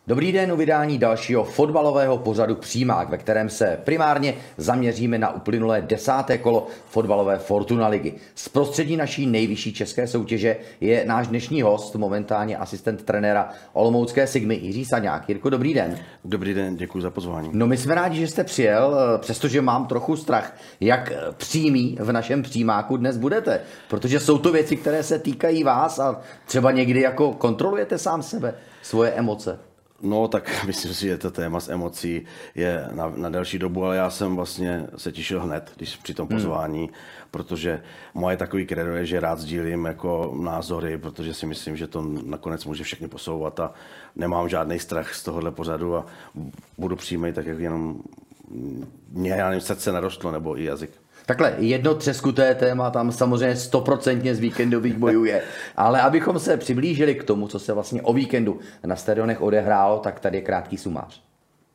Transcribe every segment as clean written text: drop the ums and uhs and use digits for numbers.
Dobrý den u vydání dalšího fotbalového pořadu Přímák, ve kterém se primárně zaměříme na uplynulé 10. kolo fotbalové Fortuna ligy. Z prostředí naší nejvyšší české soutěže je náš dnešní host, momentálně asistent trenéra olomoucké Sigmy Jiří Saňák. Jirko, dobrý den. Dobrý den, děkuji za pozvání. No my jsme rádi, že jste přijel, přestože mám trochu strach, jak přímý v našem Přímáku dnes budete, protože jsou to věci, které se týkají vás a třeba někdy jako kontrolujete sám sebe, svoje emoce. No tak myslím si, že to téma s emocí je na delší dobu, ale já jsem vlastně se těšil hned, když při tom pozvání, protože moje takový kredo je, že rád sdílím jako názory, protože si myslím, že to nakonec může všechny posouvat a nemám žádný strach z tohohle pořadu a budu přímý, tak jak jenom mě srdce narostlo nebo i jazyk. Takhle, jedno třeskuté téma tam samozřejmě 100% z víkendových bojů je. Ale abychom se přiblížili k tomu, co se vlastně o víkendu na stadionech odehrálo, tak tady je krátký sumář.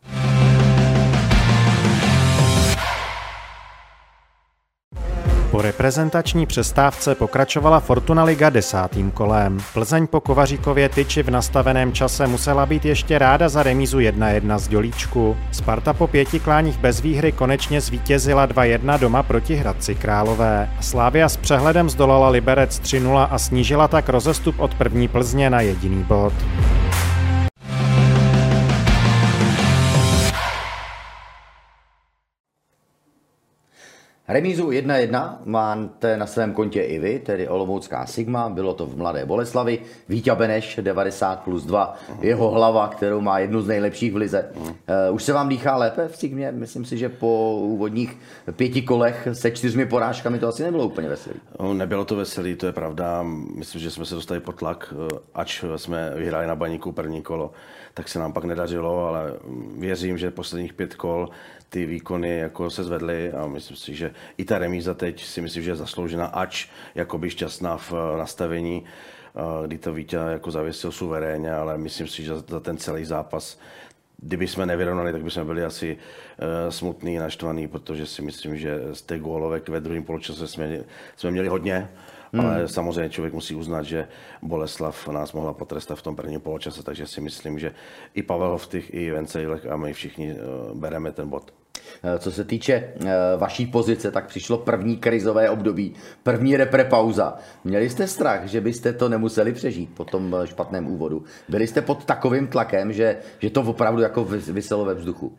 Po reprezentační přestávce pokračovala Fortuna liga 10. kolem. Plzeň po Kovaříkově tyči v nastaveném čase musela být ještě ráda za remízu 1-1 z Dělíčku. Sparta po 5 kláních bez výhry konečně zvítězila 2-1 doma proti Hradci Králové. Slavia s přehledem zdolala Liberec 3-0 a snížila tak rozestup od první Plzně na jediný bod. Remízu 1-1 máte na svém kontě i vy, tedy olomoucká Sigma, bylo to v Mladé Boleslavi, Víťa Beneš 90+2, jeho hlava, kterou má jednu z nejlepších v lize. Už se vám dýchá lépe v Sigmě? Myslím si, že po úvodních 5 kolech se 4 porážkami to asi nebylo úplně veselý. Nebylo to veselý, to je pravda. Myslím, že jsme se dostali pod tlak, ač jsme vyhráli na Baníku první kolo, tak se nám pak nedařilo, ale věřím, že posledních 5 kol ty výkony jako se zvedly a myslím si, že i ta remíza teď si myslím, že je zasloužená, ač jakoby šťastná v nastavení, kdy to Víťa jako zavěsil suverénně, ale myslím si, že za ten celý zápas, kdyby jsme nevyrovnali, tak bychom byli asi smutný, naštvaný, protože si myslím, že z těch gólovek ve druhém poločase jsme měli hodně. Ale samozřejmě člověk musí uznat, že Boleslav nás mohla potrestat v tom prvním poločase, takže si myslím, že i Pavel Hovtych, i Vencejlek a my všichni bereme ten bod. Co se týče vaší pozice, tak přišlo první krizové období, první reprepauza. Měli jste strach, že byste to nemuseli přežít po tom špatném úvodu? Byli jste pod takovým tlakem, že to opravdu jako viselo ve vzduchu?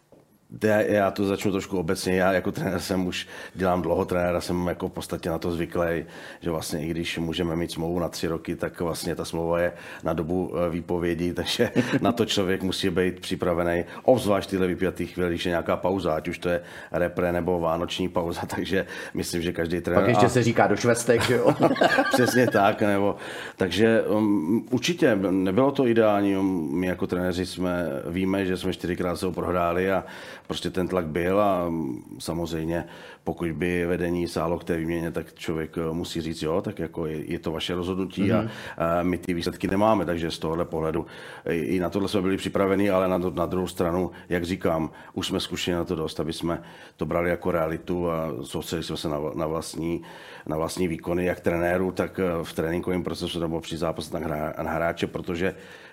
Já to začnu trošku obecně. Já jako trenér dělám dlouho trenéra, jsem jako v podstatě na to zvyklý, že vlastně i když můžeme mít smlouvu na 3 roky, tak vlastně ta smlouva je na dobu výpovědi, takže na to člověk musí být připravený, obzvlášť tyhle vypjatý chvíli, když je nějaká pauza, ať už to je repre nebo vánoční pauza, takže myslím, že každý trenér... Pak ještě se říká do švestek, že jo? Přesně tak, takže určitě nebylo to ideální, my jako trenéři víme, že jsme 4krát se ho prohráli a prostě ten tlak byl a samozřejmě pokud by vedení sálo k té výměně, tak člověk musí říct jo, tak jako je to vaše rozhodnutí a my ty výsledky nemáme, takže z tohohle pohledu i na tohle jsme byli připraveni, ale na druhou stranu, jak říkám, už jsme zkušeni na to dost, aby jsme to brali jako realitu a soustředili jsme se na vlastní výkony, jak trenéru, tak v tréninkovém procesu nebo při zápasu na hráče, protože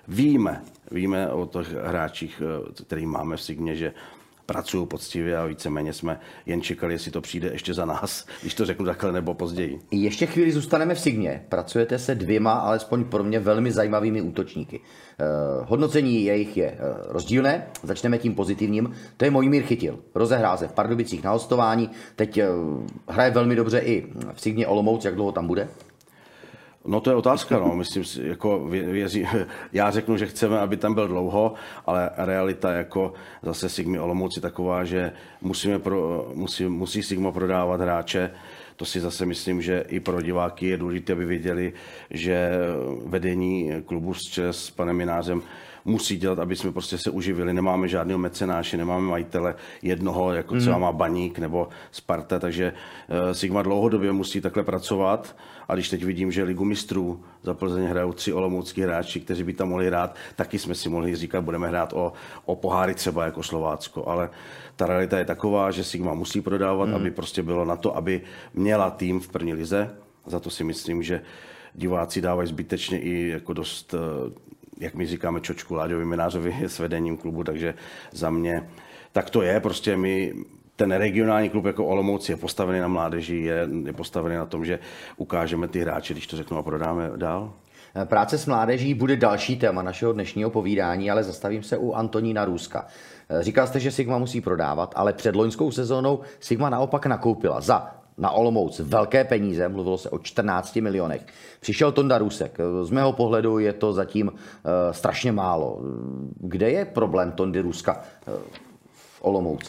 víme o těch hráčích, který máme v Sigmě, že pracují poctivě a víceméně jsme jen čekali, jestli to přijde ještě za nás, když to řeknu takhle, nebo později. Ještě chvíli zůstaneme v Sigmě. Pracujete se 2, alespoň pro mě velmi zajímavými útočníky. Hodnocení jejich je rozdílné. Začneme tím pozitivním. To je Mojmír Chytil. Rozehrál se v Pardubicích na hostování. Teď hraje velmi dobře i v Sigmě Olomouc. Jak dlouho tam bude? No to je otázka, myslím si, jako já řeknu, že chceme, aby tam byl dlouho, ale realita jako zase Sigmy Olomouc je taková, že musí Sigma prodávat hráče. To si zase myslím, že i pro diváky je důležité, aby věděli, že vedení klubu s panem Minářem musí dělat, aby jsme prostě se uživili. Nemáme žádného mecenáše, nemáme majitele jednoho, jako třeba má Baník nebo Sparta, takže Sigma dlouhodobě musí takhle pracovat. A když teď vidím, že Ligu mistrů za Plzeň hrajou 3 olomoucký hráči, kteří by tam mohli hrát, taky jsme si mohli říkat, budeme hrát o poháry třeba jako Slovácko. Ale ta realita je taková, že Sigma musí prodávat, aby prostě bylo na to, aby měla tým v první lize. Za to si myslím, že diváci dávají zbytečně i jako dost jak my říkáme, čočku Láďovi Minářovi s vedením klubu, takže za mě tak to je, prostě ten regionální klub jako Olomouc je postavený na mládeži, je postavený na tom, že ukážeme ty hráče, když to řeknu, a prodáme dál. Práce s mládeží bude další téma našeho dnešního povídání, ale zastavím se u Antonína Růska. Říkal jste, že Sigma musí prodávat, ale před loňskou sezónou Sigma naopak nakoupila na Olomouc velké peníze, mluvilo se o 14 milionech. Přišel Tonda Růsek. Z mého pohledu je to zatím strašně málo. Kde je problém Tondy Růska v Olomouci?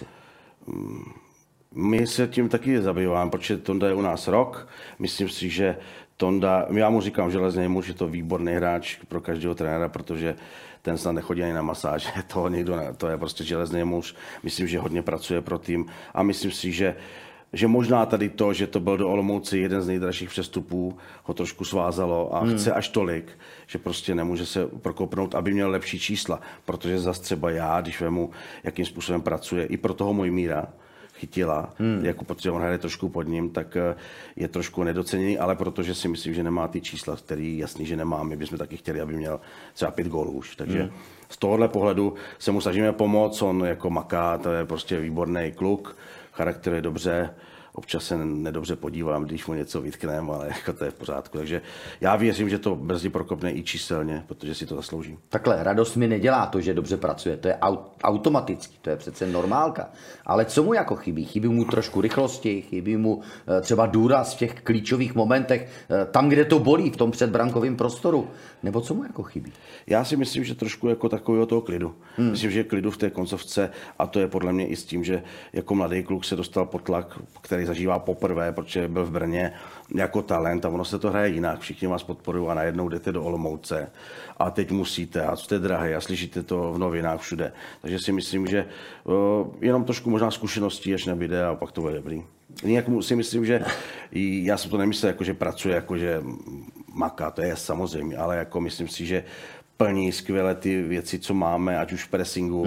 My se tím taky zabýváme, protože Tonda je u nás rok. Myslím si, že Tonda, já mu říkám železný muž, je to výborný hráč pro každého trenéra, protože ten snad nechodí ani na masáže, to je prostě železný muž. Myslím, že hodně pracuje pro tým a myslím si, že možná tady to, že to byl do Olomouci jeden z nejdražších přestupů, ho trošku svázalo a chce až tolik, že prostě nemůže se prokopnout, aby měl lepší čísla, protože zase třeba já, když vemu, jakým způsobem pracuje, i pro toho Mojmíra, Chytila, jako protože on hraje trošku pod ním, tak je trošku nedoceněný, ale protože si myslím, že nemá ty čísla, který jasný, že nemá. My bychom taky chtěli, aby měl třeba 5 gólů už. Takže z tohohle pohledu se mu snažíme pomoct, on jako maká, to je prostě výborný kluk, charakter je dobře, občas se nedobře podívám, když mu něco vytkneme, ale jako to je v pořádku. Takže já věřím, že to brzy prokopne i číselně, protože si to zaslouží. Takhle, radost mi nedělá to, že dobře pracuje, to je automaticky, to je přece normálka. Ale co mu jako chybí? Chybí mu trošku rychlosti, chybí mu třeba důraz v těch klíčových momentech, tam, kde to bolí, v tom předbrankovém prostoru, nebo co mu jako chybí? Já si myslím, že trošku jako takového toho klidu. Myslím, že klidu v té koncovce a to je podle mě i s tím, že jako mladý kluk se dostal pod tlak, který zažívá poprvé, protože byl v Brně jako talent a ono se to hraje jinak. Všichni vás podporují a najednou jdete do Olomouce a teď musíte a jste drahý a slyšíte to v novinách všude. Takže si myslím, že jenom trošku možná zkušeností až nebude a pak to bude dobrý. Jinak si myslím, že já jsem to nemyslel, jako, že pracuje, jako, že maká, to je samozřejmě, ale jako myslím si, že plní skvěle ty věci, co máme, ať už v pressingu,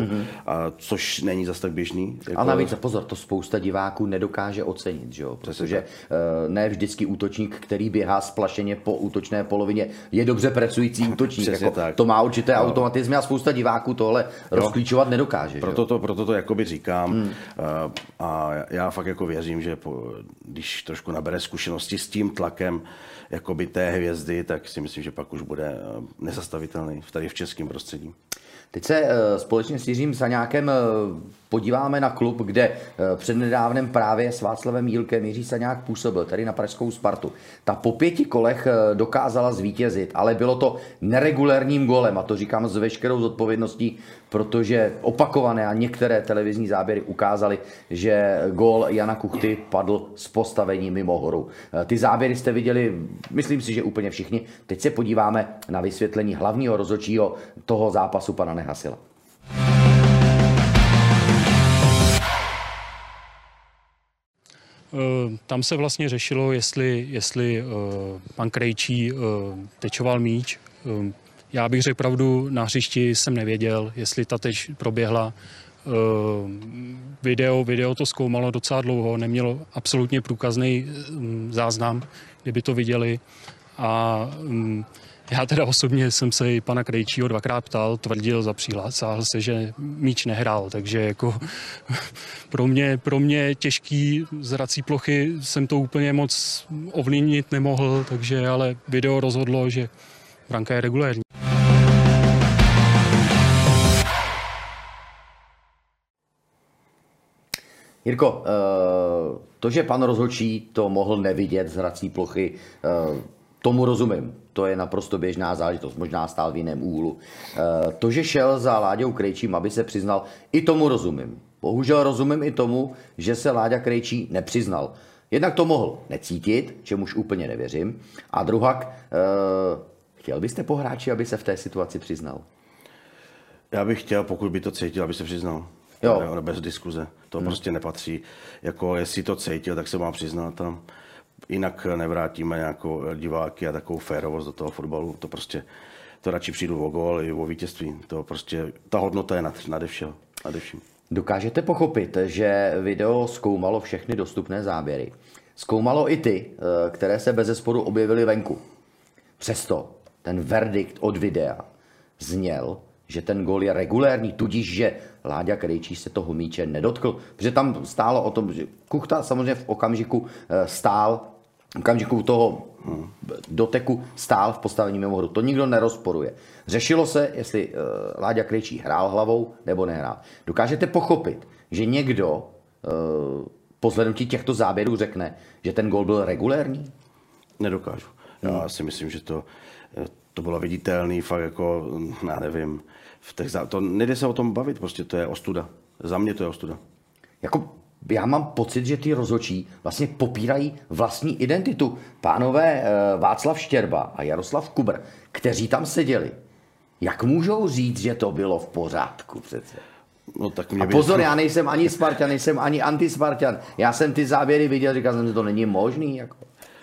což není zas tak běžný. Jako... A navíc pozor, to spousta diváků nedokáže ocenit, že jo? Protože ne vždycky útočník, který běhá splašeně po útočné polovině, je dobře pracující útočník. Jako, to má určité automatizmy a spousta diváků tohle rozklíčovat nedokáže. Proto to jakoby říkám a já fakt jako věřím, že když trošku nabere zkušenosti s tím tlakem jakoby té hvězdy, tak si myslím, že pak už bude nezastavitelný tady v českém prostředí. Teď se společně s Jiřím Saňákem podíváme na klub, kde přednedávnem právě s Václavem Jílkem Jiří Saňák působil, tady na pražskou Spartu. Ta po 5 kolech dokázala zvítězit, ale bylo to neregulérním gólem a to říkám s veškerou zodpovědností, protože opakované a některé televizní záběry ukázaly, že gól Jana Kuchty padl z postavení mimo horu. Ty záběry jste viděli, myslím si, že úplně všichni. Teď se podíváme na vysvětlení hlavního rozhodčího toho zápasu pana Nehasila. Tam se vlastně řešilo, jestli pan Krejčí tečoval míč. Já bych řekl pravdu, na hřišti jsem nevěděl, jestli ta teč proběhla. Video to zkoumalo docela dlouho, nemělo absolutně průkazný záznam, kdyby to viděli. A já teda osobně jsem se i pana Krejčího 2krát ptal, tvrdil, zapřísáhl se, že míč nehrál, takže jako pro mě těžký z hrací plochy jsem to úplně moc ovlivnit nemohl, takže ale video rozhodlo, že branka je regulérní. Jirko, to, že pan rozhodčí to mohl nevidět z hrací plochy, tomu rozumím. To je naprosto běžná záležitost, možná stál v jiném úhlu. To, že šel za Láďou Krejčím, aby se přiznal, i tomu rozumím. Bohužel rozumím i tomu, že se Láďa Krejčí nepřiznal. Jednak to mohl necítit, čemuž úplně nevěřím. A druhak, chtěl byste po hráči, aby se v té situaci přiznal? Já bych chtěl, pokud by to cítil, aby se přiznal. Jo. Bez diskuze. To prostě nepatří. Jako jestli to cítil, tak se má přiznat. Jinak nevrátíme nějakou diváky a takovou férovost do toho fotbalu. To prostě, to radši přijdu o gól i o vítězství. To prostě, ta hodnota je nade vším. Dokážete pochopit, že video zkoumalo všechny dostupné záběry. Zkoumalo i ty, které se bezesporu objevily venku. Přesto ten verdikt od videa zněl, že ten gól je regulérní, tudíž, že Láďa Krejčí se toho míče nedotkl, protože tam stálo o tom, že Kuchta samozřejmě v okamžiku toho doteku stál v postavení mimo hru. To nikdo nerozporuje. Řešilo se, jestli Láďa Krejčí hrál hlavou nebo nehrál. Dokážete pochopit, že někdo po zhlédnutí těchto záběrů řekne, že ten gól byl regulérní? Nedokážu. Já si myslím, že to bylo viditelný, fakt jako, já nevím, nejde se o tom bavit, prostě to je ostuda. Za mě to je ostuda. Jako, já mám pocit, že ty rozhodčí vlastně popírají vlastní identitu. Pánové Václav Štěrba a Jaroslav Kubr, kteří tam seděli, jak můžou říct, že to bylo v pořádku přece? No, tak a pozor, já nejsem ani Spartan, nejsem ani antispartan. Já jsem ty záběry viděl, říkal jsem, že to není možný. Jako.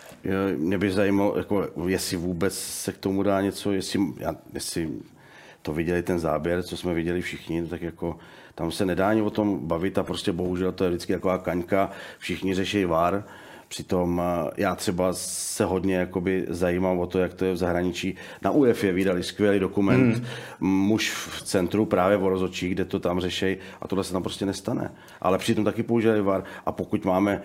Mě by zajímalo, jako, jestli vůbec se k tomu dá něco, jestli to viděli ten záběr, co jsme viděli všichni, tak jako tam se nedá ani o tom bavit a prostě bohužel to je vždycky taková kaňka, všichni řeší VAR. Přitom já třeba se hodně jakoby zajímám o to, jak to je v zahraničí. Na UEFA vydali skvělý dokument Muž v centru právě o rozhodčích, kde to tam řeší a tohle se tam prostě nestane. Ale přitom taky použili VAR a pokud máme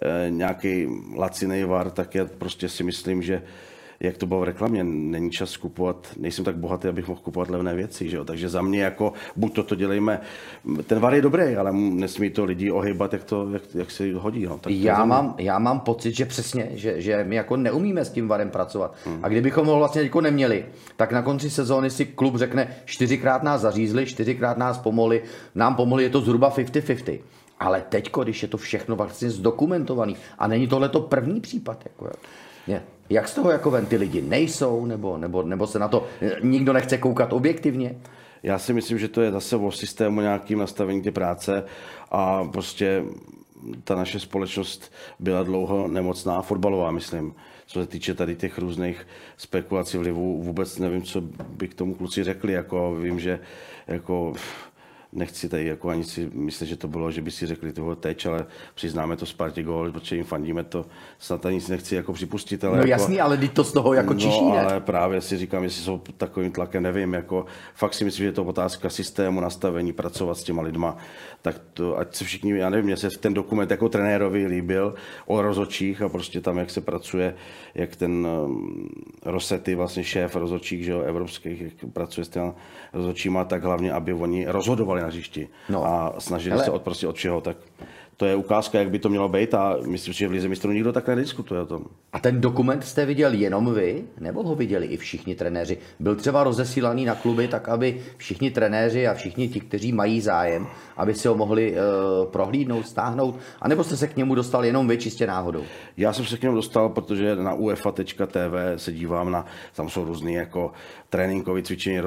nějaký laciný VAR, tak já prostě si myslím, že jak to bylo v reklamě, není čas kupovat, nejsem tak bohatý, abych mohl kupovat levné věci, že jo? Takže za mě jako, buď toto dělejme, ten VAR je dobrý, ale nesmí to lidi ohýbat, jak se hodí. No. Tak já mám pocit, že přesně, že my jako neumíme s tím VARem pracovat. A kdybychom ho vlastně jako neměli, tak na konci sezóny si klub řekne, 4krát nás zařízli, 4krát nás pomohli, nám pomohli, je to zhruba 50-50. Ale teďko, když je to všechno vlastně zdokumentovaný, a není tohle to první případ, jako je. Jak z toho jako ven ty lidi nejsou, nebo se na to nikdo nechce koukat objektivně? Já si myslím, že to je zase o systému nějakým nastavení té práce a prostě ta naše společnost byla dlouho nemocná, fotbalová, myslím. Co se týče tady těch různých spekulací vlivů, vůbec nevím, co by k tomu kluci řekli. Jako, vím, že jako nechci tady jako ani si myslet, že to bylo, že by si řekli toho teď, ale přiznáme to Spartě gól, protože jim fandíme, to snad ani nic nechci jako připustit. Ale no jako, jasný, ale teď to z toho jako čiší, no, ne? ale právě si říkám, jestli jsou takovým tlakem, nevím, jako fakt si myslím, že je to otázka systému, nastavení, pracovat s těma lidma, tak to, ať se všichni, já nevím, mně se ten dokument jako trenérovi líbil o rozhodčích a prostě tam, jak se pracuje, jak ten Rossetti, vlastně šéf rozhodčích, že jo, evropských, jak pracuje s těma rozhodčíma, tak hlavně, aby oni rozhodovali na hřišti a snažili se prostě od všeho, tak to je ukázka, jak by to mělo být a myslím, že v Lize mistrů nikdo tak nediskutuje o tom. A ten dokument jste viděl jenom vy, nebo ho viděli i všichni trenéři? Byl třeba rozesílaný na kluby tak, aby všichni trenéři a všichni ti, kteří mají zájem, aby si ho mohli prohlídnout, stáhnout, anebo jste se k němu dostal jenom vy čistě náhodou? Já jsem se k němu dostal, protože na uefa.tv se dívám tam jsou různý jako tréninkové cvičení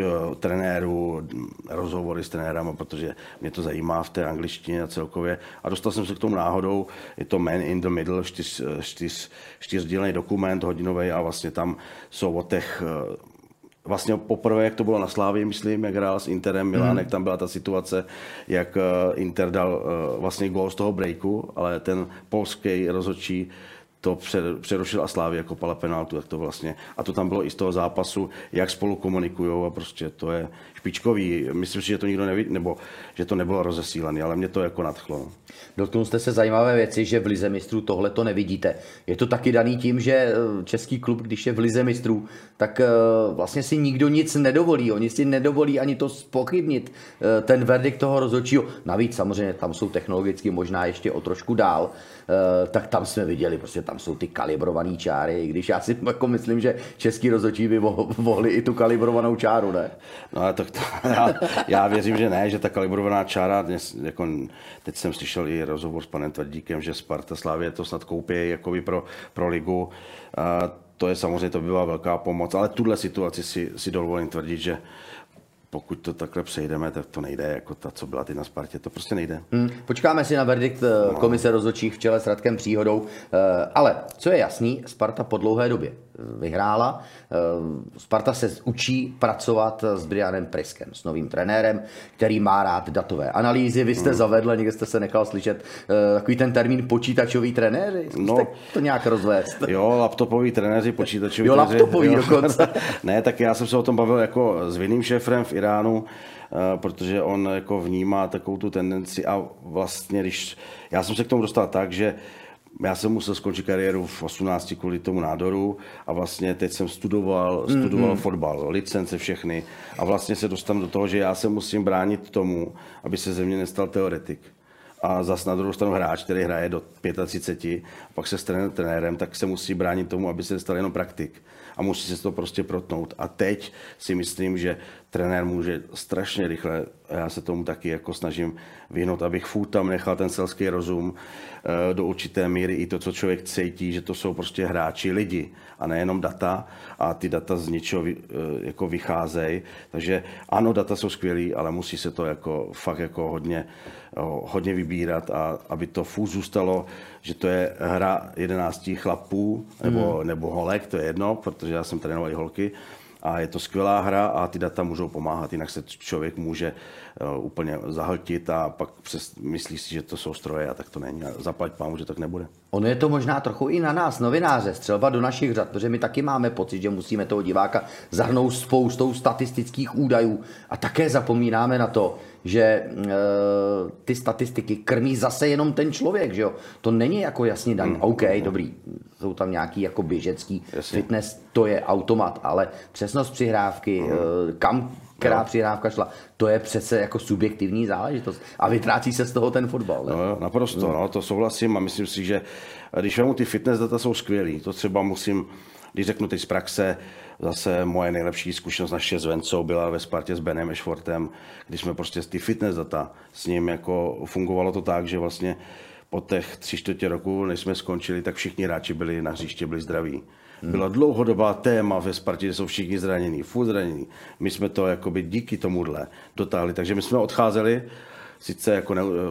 trenérů, rozhovory s trenérama, protože mě to zajímá v té angličtině a celkově. A dostal jsem se k tomu náhodou, je to Man in the Middle, čtyřdílný dokument hodinový a vlastně tam jsou o těch, vlastně poprvé, jak to bylo na Slávii, myslím, jak hrál s Interem Milán, jak tam byla ta situace, jak Inter dal vlastně gól z toho breaku, ale ten polský rozhodčí to přerušil a Slávia kopala penaltu, tak to vlastně. A to tam bylo i z toho zápasu, jak spolu komunikujou a prostě to je špičkový. Myslím si, že to nikdo neví, nebo že to nebylo rozesílané, ale mě to jako nadchlo. Dotknul jste se zajímavé věci, že v Lize mistrů tohle to nevidíte. Je to taky daný tím, že český klub, když je v Lize mistrů, tak vlastně si nikdo nic nedovolí. Oni si nedovolí ani to zpochybnit, ten verdikt toho rozhodčího. Navíc samozřejmě tam jsou technologicky možná ještě o trošku dál, tak tam jsme viděli, prostě tam jsou ty kalibrované čáry, i když já si jako myslím, že český rozhodčí by mohli i tu kalibrovanou čáru, ne? No ale tak já věřím, že ne, že ta kalibrovaná čára, jako, teď jsem slyšel i rozhovor s panem Tvrdíkem, že Sparta Slavie to snad koupí jakoby pro ligu. To je samozřejmě, to by byla velká pomoc, ale tuhle situaci si dovolím tvrdit, že pokud to takhle přejdeme, tak to nejde, jako ta, co byla ty na Spartě, to prostě nejde. Počkáme si na verdikt komise rozhodčích v čele s Radkem Příhodou, ale co je jasný, Sparta po dlouhé době vyhrála. Sparta se učí pracovat s Brianem Priskem, s novým trenérem, který má rád datové analýzy. Vy jste zavedl, někde jste se nechal slyšet takový ten termín počítačový trenéři. Zkuste to nějak rozvést. Jo, laptopový trenéři, počítačoví trenéři. Jo, laptopový dokonce. Ne, tak já jsem se o tom bavil jako s vinným šéfem v Iránu, protože on jako vnímá takovou tu tendenci a vlastně, když já jsem se k tomu dostal tak, že já jsem musel skončit kariéru v 18 kvůli tomu nádoru a vlastně teď jsem studoval fotbal, licence všechny a vlastně se dostanu do toho, že já se musím bránit tomu, aby se ze mě nestal teoretik. A zas na druhou stranu hráč, který hraje do 35, a pak se stane trenérem, tak se musí bránit tomu, aby se nestal jenom praktik. A musí se to prostě protnout. A teď si myslím, že trenér může strašně rychle, a já se tomu taky jako snažím vyhnout, abych furt tam nechal ten selský rozum do určité míry i to, co člověk cítí, že to jsou prostě hráči, lidi a nejenom data a ty data z něčeho jako vycházejí. Takže ano, data jsou skvělý, ale musí se to jako fakt jako hodně vybírat a aby to furt zůstalo, že to je hra 11 chlapů nebo holek, to je jedno, protože já jsem trénoval i holky. A je to skvělá hra a ty data můžou pomáhat, jinak se člověk může úplně zahltit a pak myslí si, že to jsou stroje a tak to není. A zaplať pámu, že tak nebude. Ono je to možná trochu i na nás, novináře, střelba do našich řad, protože my taky máme pocit, že musíme toho diváka zahrnout spoustou statistických údajů a také zapomínáme na to, že ty statistiky krmí zase jenom ten člověk, že jo? To není jako jasně daný. OK, dobrý, jsou tam nějaký jako běžecký fitness, to je automat, ale přesnost přihrávky, která přihrávka šla, to je přece jako subjektivní záležitost. A vytrácí se z toho ten fotbal. Ne? No, naprosto, no, to souhlasím a myslím si, že když vemu ty fitness data jsou skvělý, to třeba musím, když řeknu teď z praxe, zase moje nejlepší zkušenost naše s Vencou byla ve Spartě s Benem Ashwortem, když jsme prostě ty fitness data s ním jako fungovalo to tak, že vlastně po těch 3/4 roku, než jsme skončili, tak všichni hráči byli na hřiště, byli zdraví. Byla dlouhodobá téma ve Spartě, že jsou všichni zranění, furt zranění. My jsme to jakoby díky tomuhle dotáhli, takže my jsme odcházeli sice jako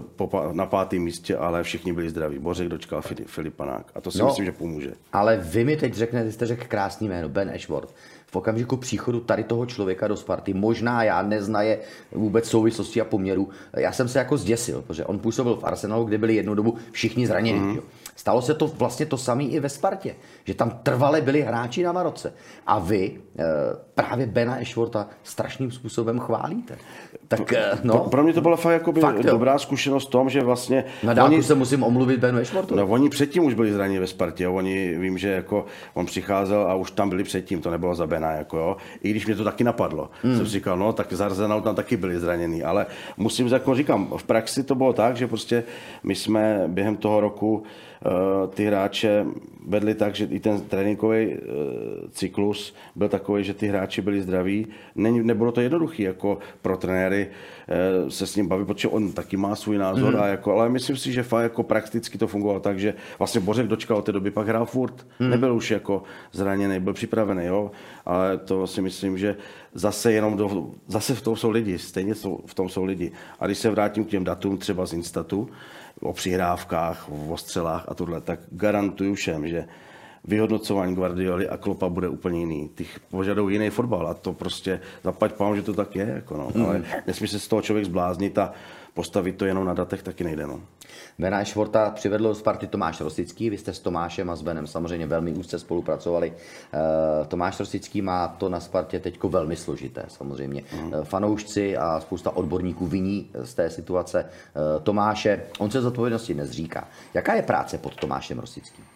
na 5. místě, ale všichni byli zdraví. Bořek dočkal Filip Panák a to si myslím, že pomůže. Ale vy mi teď jste řekl krásný jméno, Ben Ashworth. V okamžiku příchodu tady toho člověka do Sparty, možná já neznaje vůbec souvislosti a poměrů, já jsem se jako zděsil, protože on působil v Arsenalu, kde byli jednu dobu všichni zranění. Stalo se to vlastně to samé i ve Spartě, že tam trvale byli hráči na Maroce. A vy právě Bena Ashwortha strašným způsobem chválíte. Tak, pro mě to byla fakt dobrá zkušenost v tom, že vlastně... Na dálku se musím omluvit Benu Ashworthu. No, oni předtím už byli zraněni ve Spartě. Oni, vím, že jako on přicházel a už tam byli předtím, to nebylo za Bena. Jako, jo. I když mě to taky napadlo. Jsem si říkal, no tak za Arsenal tam taky byli zranění. Ale musím, jako říkám, v praxi to bylo tak, že prostě my jsme během toho roku ty hráče vedli tak, že i ten tréninkový cyklus byl takový, že ty hráči byli zdraví. Nebylo to jednoduché jako pro trenéry se s ním bavit, protože on taky má svůj názor, ale myslím si, že fakt jako prakticky to fungovalo tak, že vlastně Bořek dočkal od té doby, pak hrál furt, nebyl už jako zraněný, byl připravený, jo, ale to si myslím, že zase v tom jsou lidi, stejně v tom jsou lidi. A když se vrátím k těm datům třeba z Instatu, o přihrávkách, o střelách a tohle, tak garantuju všem, že vyhodnocování Guardioli a Kloppa bude úplně jiný. Ty požadují jiný fotbal a to prostě zaplať pán, že to tak je. Jako no. Ale nesmí se z toho člověk zbláznit a postavit to jenom na datech taky nejde. No. Bena Ashwortha přivedl do Sparty Tomáš Rosický, vy jste s Tomášem a s Benem samozřejmě velmi úzce spolupracovali. Tomáš Rosický má to na Spartě teďko velmi složité samozřejmě. Fanoušci a spousta odborníků viní z té situace Tomáše. On se z odpovědnosti nezříká. Jaká je práce pod Tomášem Rosickým?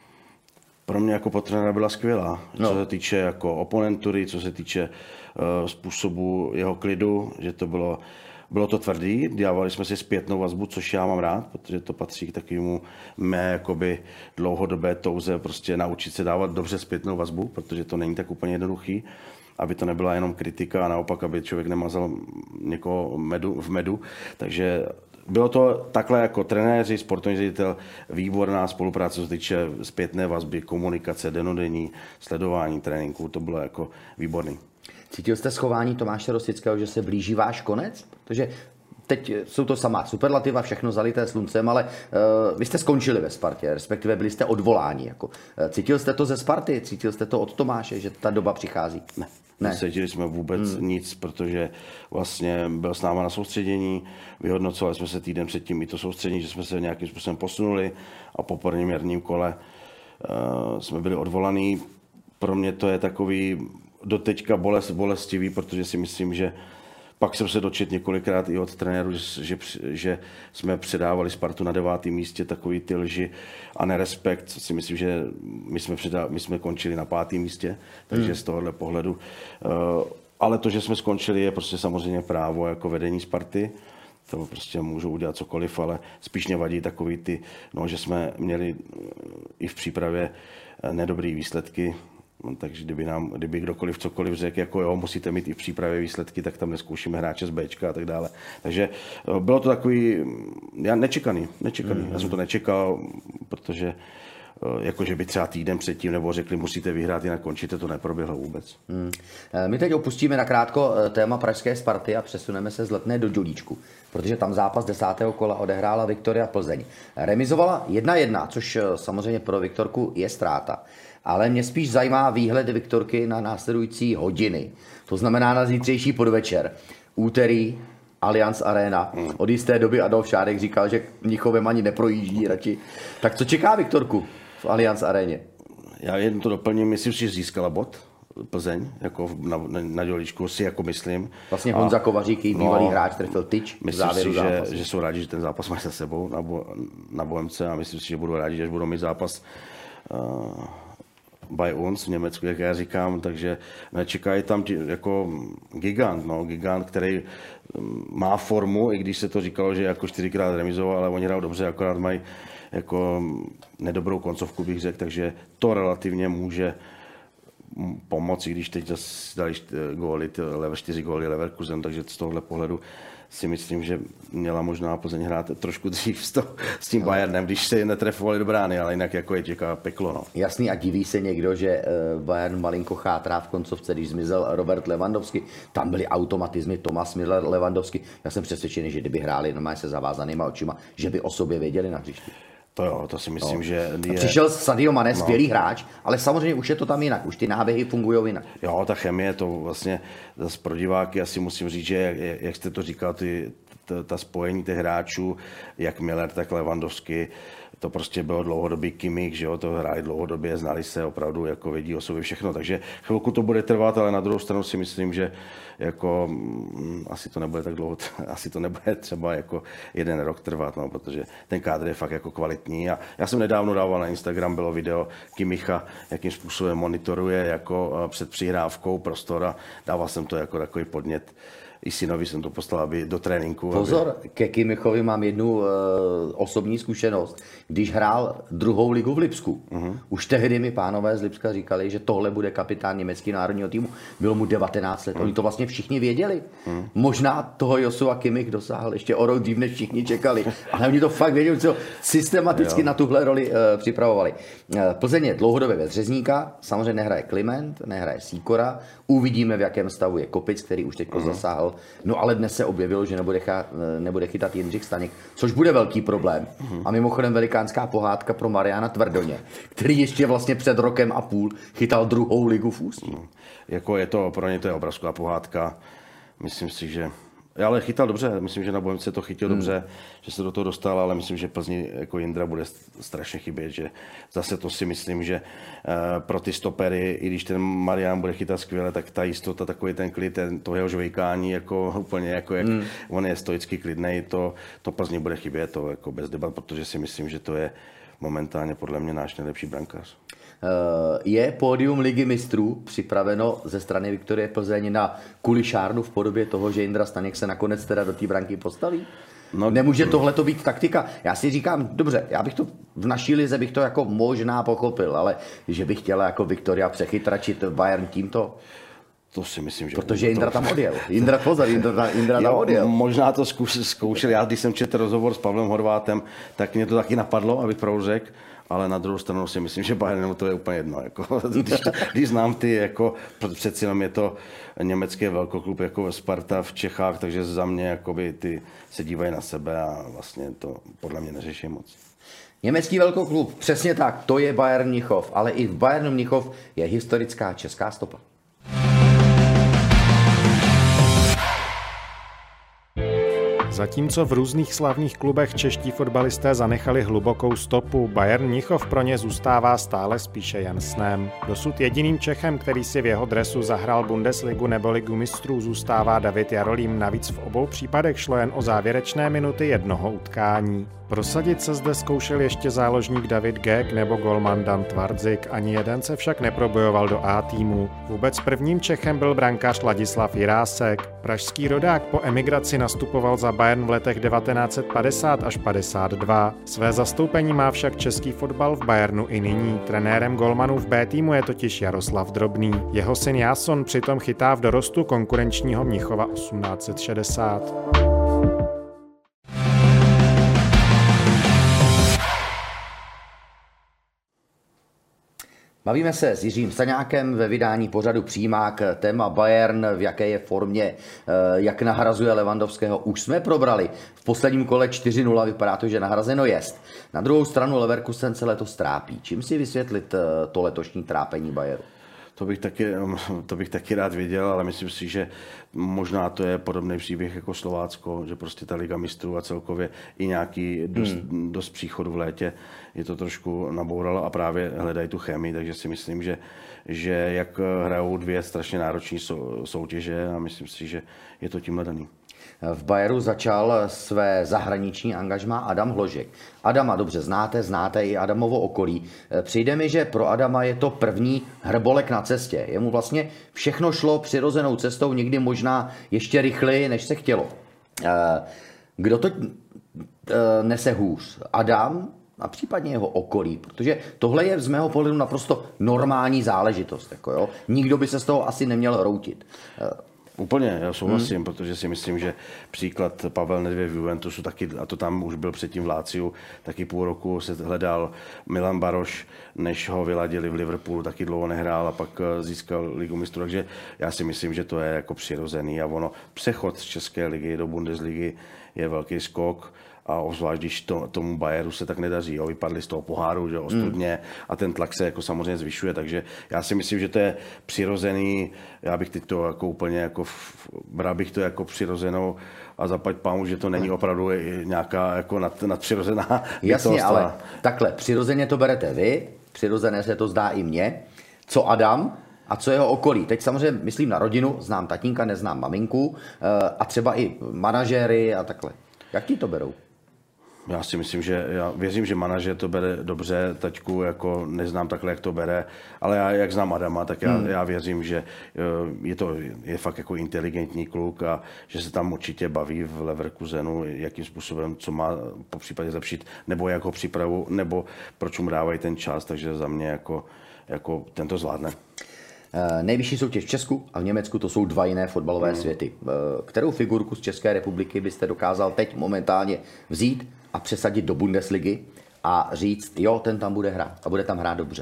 Pro mě jako trenéra byla skvělá, co se týče jako oponentury, co se týče způsobu jeho klidu, že to bylo to tvrdý, dávali jsme si zpětnou vazbu, což já mám rád, protože to patří k takovému mé jakoby dlouhodobé touze prostě naučit se dávat dobře zpětnou vazbu, protože to není tak úplně jednoduchý, aby to nebyla jenom kritika a naopak, aby člověk nemazal někoho v medu, takže bylo to takhle jako trenéři, sportovní ředitel, výborná spolupráce, co se týče zpětné vazby, komunikace, denodenní, sledování tréninku, to bylo jako výborný. Cítil jste schování Tomáše Rostického, že se blíží váš konec? Protože teď jsou to samá superlativa, všechno zalité sluncem, ale vy jste skončili ve Spartě, respektive byli jste odvoláni. Jako. Cítil jste to ze Sparty? Cítil jste to od Tomáše, že ta doba přichází? Ne. Necítili jsme vůbec nic, protože vlastně byl s náma na soustředění, vyhodnocovali jsme se týden předtím i to soustředění, že jsme se nějakým způsobem posunuli a po prvním jarním kole jsme byli odvolaní. Pro mě to je takový doteďka bolestivý, protože si myslím, že pak jsem se dočetl několikrát i od trenérů, že jsme předávali Spartu na 9. místě, takový ty lži a nerespekt. Si myslím, že my jsme končili na 5. místě, takže z tohohle pohledu. Ale to, že jsme skončili, je prostě samozřejmě právo jako vedení Sparty. To prostě můžou udělat cokoliv, ale spíš mě vadí takový ty, no, že jsme měli i v přípravě nedobrý výsledky. Takže kdyby kdokoliv cokoliv řekl, jako jo, musíte mít i v přípravě výsledky, tak tam neskoušíme hráče z Bčka a tak dále. Takže bylo to takový, nečekaný. Já jsem to nečekal, protože jakože by třeba týden předtím nebo řekli, musíte vyhrát, jinak končíte, to neproběhlo vůbec. My teď opustíme nakrátko téma pražské Sparty a přesuneme se z Letné do Dělíčku, protože tam zápas 10. kola odehrála Viktoria Plzeň. Remizovala 1-1, což samozřejmě pro Viktorku je ztráta. Ale mě spíš zajímá výhled Viktorky na následující hodiny. To znamená na zítřejší podvečer. Úterý, Allianz Arena. Od jisté doby Adolf Šádek říkal, že Mnichovem ani neprojíždí radši. Tak co čeká Viktorku v Allianz Aréně? Já jen to doplním, myslím si, že získala bod Plzeň, jako na Dělíčku si jako myslím. Vlastně Honza Kovařík, bývalý hráč, trefil tyč v závěru zápasu. Že jsou rádi, že ten zápas mají za sebou na Bohemce a myslím si, že budou rádi, že budou mít zápas by uns v Německu, jak já říkám, takže čekají tam jako gigant, který má formu, i když se to říkalo, že jako 4krát remizoval, ale oni hrajou dobře, akorát mají jako nedobrou koncovku, bych řekl, takže to relativně může pomoci, když teď dali 4 góly Leverkusen, takže z tohohle pohledu si myslím, že měla možná Plzeň hrát trošku dřív s tím Bayernem, když se netrefovali do brány, ale jinak jako je čeká peklo. No. Jasný, a diví se někdo, že Bayern malinko chátrá v koncovce, když zmizel Robert Lewandowski. Tam byly automatizmy Thomas Müller, Lewandowski. Já jsem přesvědčený, že kdyby hráli normálně se zavázanýma očima, že by o sobě věděli na hřišti. To jo, to si myslím, že je... Přišel Sadio Mané, skvělý hráč, ale samozřejmě už je to tam jinak, už ty náběhy fungují jinak. Jo, ta chemie, to vlastně zase pro diváky asi musím říct, že jak jste to říkal, ta spojení těch hráčů, jak Müller, tak Lewandowski, to prostě bylo dlouhodobý Kimmich, že jo, to hráli dlouhodobě, znali se opravdu, jako vědí o sobě všechno, takže chvilku to bude trvat, ale na druhou stranu si myslím, že jako asi to nebude tak dlouho, asi to nebude třeba jako 1 rok trvat, no, protože ten kádr je fakt jako kvalitní a já jsem nedávno dával na Instagram, bylo video Kimmicha, jakým způsobem monitoruje jako před přihrávkou prostor a dával jsem to jako takový podnět. I synovi jsem to poslal, aby do tréninku. Pozor, ke Kimmichovi mám jednu osobní zkušenost. Když hrál 2. ligu v Lipsku, už tehdy mi pánové z Lipska říkali, že tohle bude kapitán německého národního týmu. Bylo mu 19 let, oni to vlastně všichni věděli. Možná toho Josua Kimmich dosáhl ještě o rok dřív, než všichni čekali. Ale oni to fakt věděli, co systematicky na tuhle roli připravovali. Plzeň je dlouhodobě bez řezníka, samozřejmě nehraje Kliment, nehraje Sýkora. Uvidíme, v jakém stavu je Kopic, který už teď zasáhl. No ale dnes se objevilo, že nebude chytat Jindřich Staněk, což bude velký problém. A mimochodem velikánská pohádka pro Mariana Tvrdoně, který ještě vlastně před rokem a půl chytal 2. ligu v Ústí. Jako je to, pro ně to je obrovská pohádka. Myslím si, že ale chytal dobře, myslím, že na Bohemce to chytil dobře, že se do toho dostal, ale myslím, že Plzni jako Jindra bude strašně chybět, že zase to si myslím, že pro ty stopery, i když ten Marian bude chytat skvěle, tak ta jistota, takový ten klid, to jeho žvejkání, jako úplně jako jak on je stoicky klidnej, to Plzni bude chybět, to jako bez debat, protože si myslím, že to je momentálně podle mě náš nejlepší brankář. Je pódium Ligy mistrů připraveno ze strany Viktorie Plzeň na kulišárnu v podobě toho, že Jindra Staněk se nakonec teda do té branky postaví? No, nemůže tohle to být taktika? Já si říkám, dobře, já bych to v naší lize bych to jako možná pochopil, ale že bych chtěla jako Viktoria přechytračit Bayern tímto? To si myslím, že... Protože Jindra tam odjel. Jindra tam odjel. Možná to zkoušel. Já, když jsem četl rozhovor s Pavlem Horvátem, tak mě to taky napadlo, abych pravdu řekl. ale na druhou stranu si myslím, že Bayernu to je úplně jedno. Jako, když znám ty, jako, přeci jenom je to německý velkoklub jako Sparta v Čechách, takže za mě jakoby, ty se dívají na sebe a vlastně to podle mě neřeší moc. Německý velkoklub, přesně tak, to je Bayern Mnichov, ale i v Bayernu Mnichov je historická česká stopa. Zatímco v různých slavných klubech čeští fotbalisté zanechali hlubokou stopu, Bayern Mnichov pro ně zůstává stále spíše jen snem. Dosud jediným Čechem, který si v jeho dresu zahrál Bundesligu nebo Ligu mistrů, zůstává David Jarolím, navíc v obou případech šlo jen o závěrečné minuty jednoho utkání. Prosadit se zde zkoušel ještě záložník David Gek nebo golman Dan Tvardzik, ani jeden se však neprobojoval do A týmu. Vůbec prvním Čechem byl brankář Ladislav Jirásek. Pražský rodák po emigraci nastupoval za Bayern v letech 1950 až 52. Své zastoupení má však český fotbal v Bayernu i nyní. Trenérem golmanů v B týmu je totiž Jaroslav Drobný. Jeho syn Jáson přitom chytá v dorostu konkurenčního Mnichova 1860. Bavíme se s Jiřím Staňákem ve vydání pořadu Přímák. Téma Bayern, v jaké je formě, jak nahrazuje Lewandowského, už jsme probrali. V posledním kole 4-0 vypadá to, že nahrazeno jest. Na druhou stranu Leverkusen se letos trápí. Čím si vysvětlit to letošní trápení Bayernu? To bych taky rád věděl, ale myslím si, že možná to je podobný příběh jako Slovácko, že prostě ta Liga mistrů a celkově i nějaký dost příchodu v létě je to trošku nabouralo a právě hledají tu chemii, takže si myslím, že jak hrajou dvě strašně náročné soutěže a myslím si, že je to tímhle daný. V Bayeru začal své zahraniční angažmá Adam Hložek. Adama dobře znáte i Adamovo okolí. Přijde mi, že pro Adama je to první hrbolek na cestě. Jemu vlastně všechno šlo přirozenou cestou, někdy možná ještě rychleji, než se chtělo. Kdo to nese hůř? Adam a případně jeho okolí, protože tohle je z mého pohledu naprosto normální záležitost. Jako jo? Nikdo by se z toho asi neměl routit. Úplně, já souhlasím, protože si myslím, že příklad Pavel Nedvěd v Juventusu taky, a to tam už byl předtím v Láciu, taky půl roku se hledal Milan Baroš, než ho vyladili v Liverpoolu, taky dlouho nehrál a pak získal Ligu mistrů, takže já si myslím, že to je jako přirozený a ono přechod z České ligy do Bundesligy je velký skok. A obzvlášť, když tomu Bayeru se tak nedaří. Jo. Vypadli z toho poháru, že ostudně a ten tlak se jako samozřejmě zvyšuje, takže já si myslím, že to je přirozený. Já bych teď to jako úplně jako bral bych to jako přirozenou a zaplať pámu, že to není opravdu nějaká jako nadpřirozená. Jasně, ale takhle, přirozeně to berete vy, přirozené se to zdá i mně. Co Adam a co jeho okolí? Teď samozřejmě myslím na rodinu, znám tatínka, neznám maminku a třeba i manažéry a takhle. Jak ti to berou? Já si myslím, já věřím, že manažer to bere dobře, taťku jako neznám takhle, jak to bere, ale já, jak znám Adama, tak já věřím, že je fakt jako inteligentní kluk a že se tam určitě baví v Leverkusenu, jakým způsobem, co má po případě zlepšit, nebo jak ho připravu, nebo proč mu dávají ten čas, takže za mě jako tento zvládne. Nejvyšší soutěž v Česku a v Německu to jsou dva jiné fotbalové světy. Kterou figurku z České republiky byste dokázal teď momentálně vzít a přesadit do Bundesligy a říct, jo, ten tam bude hrát a bude tam hrát dobře?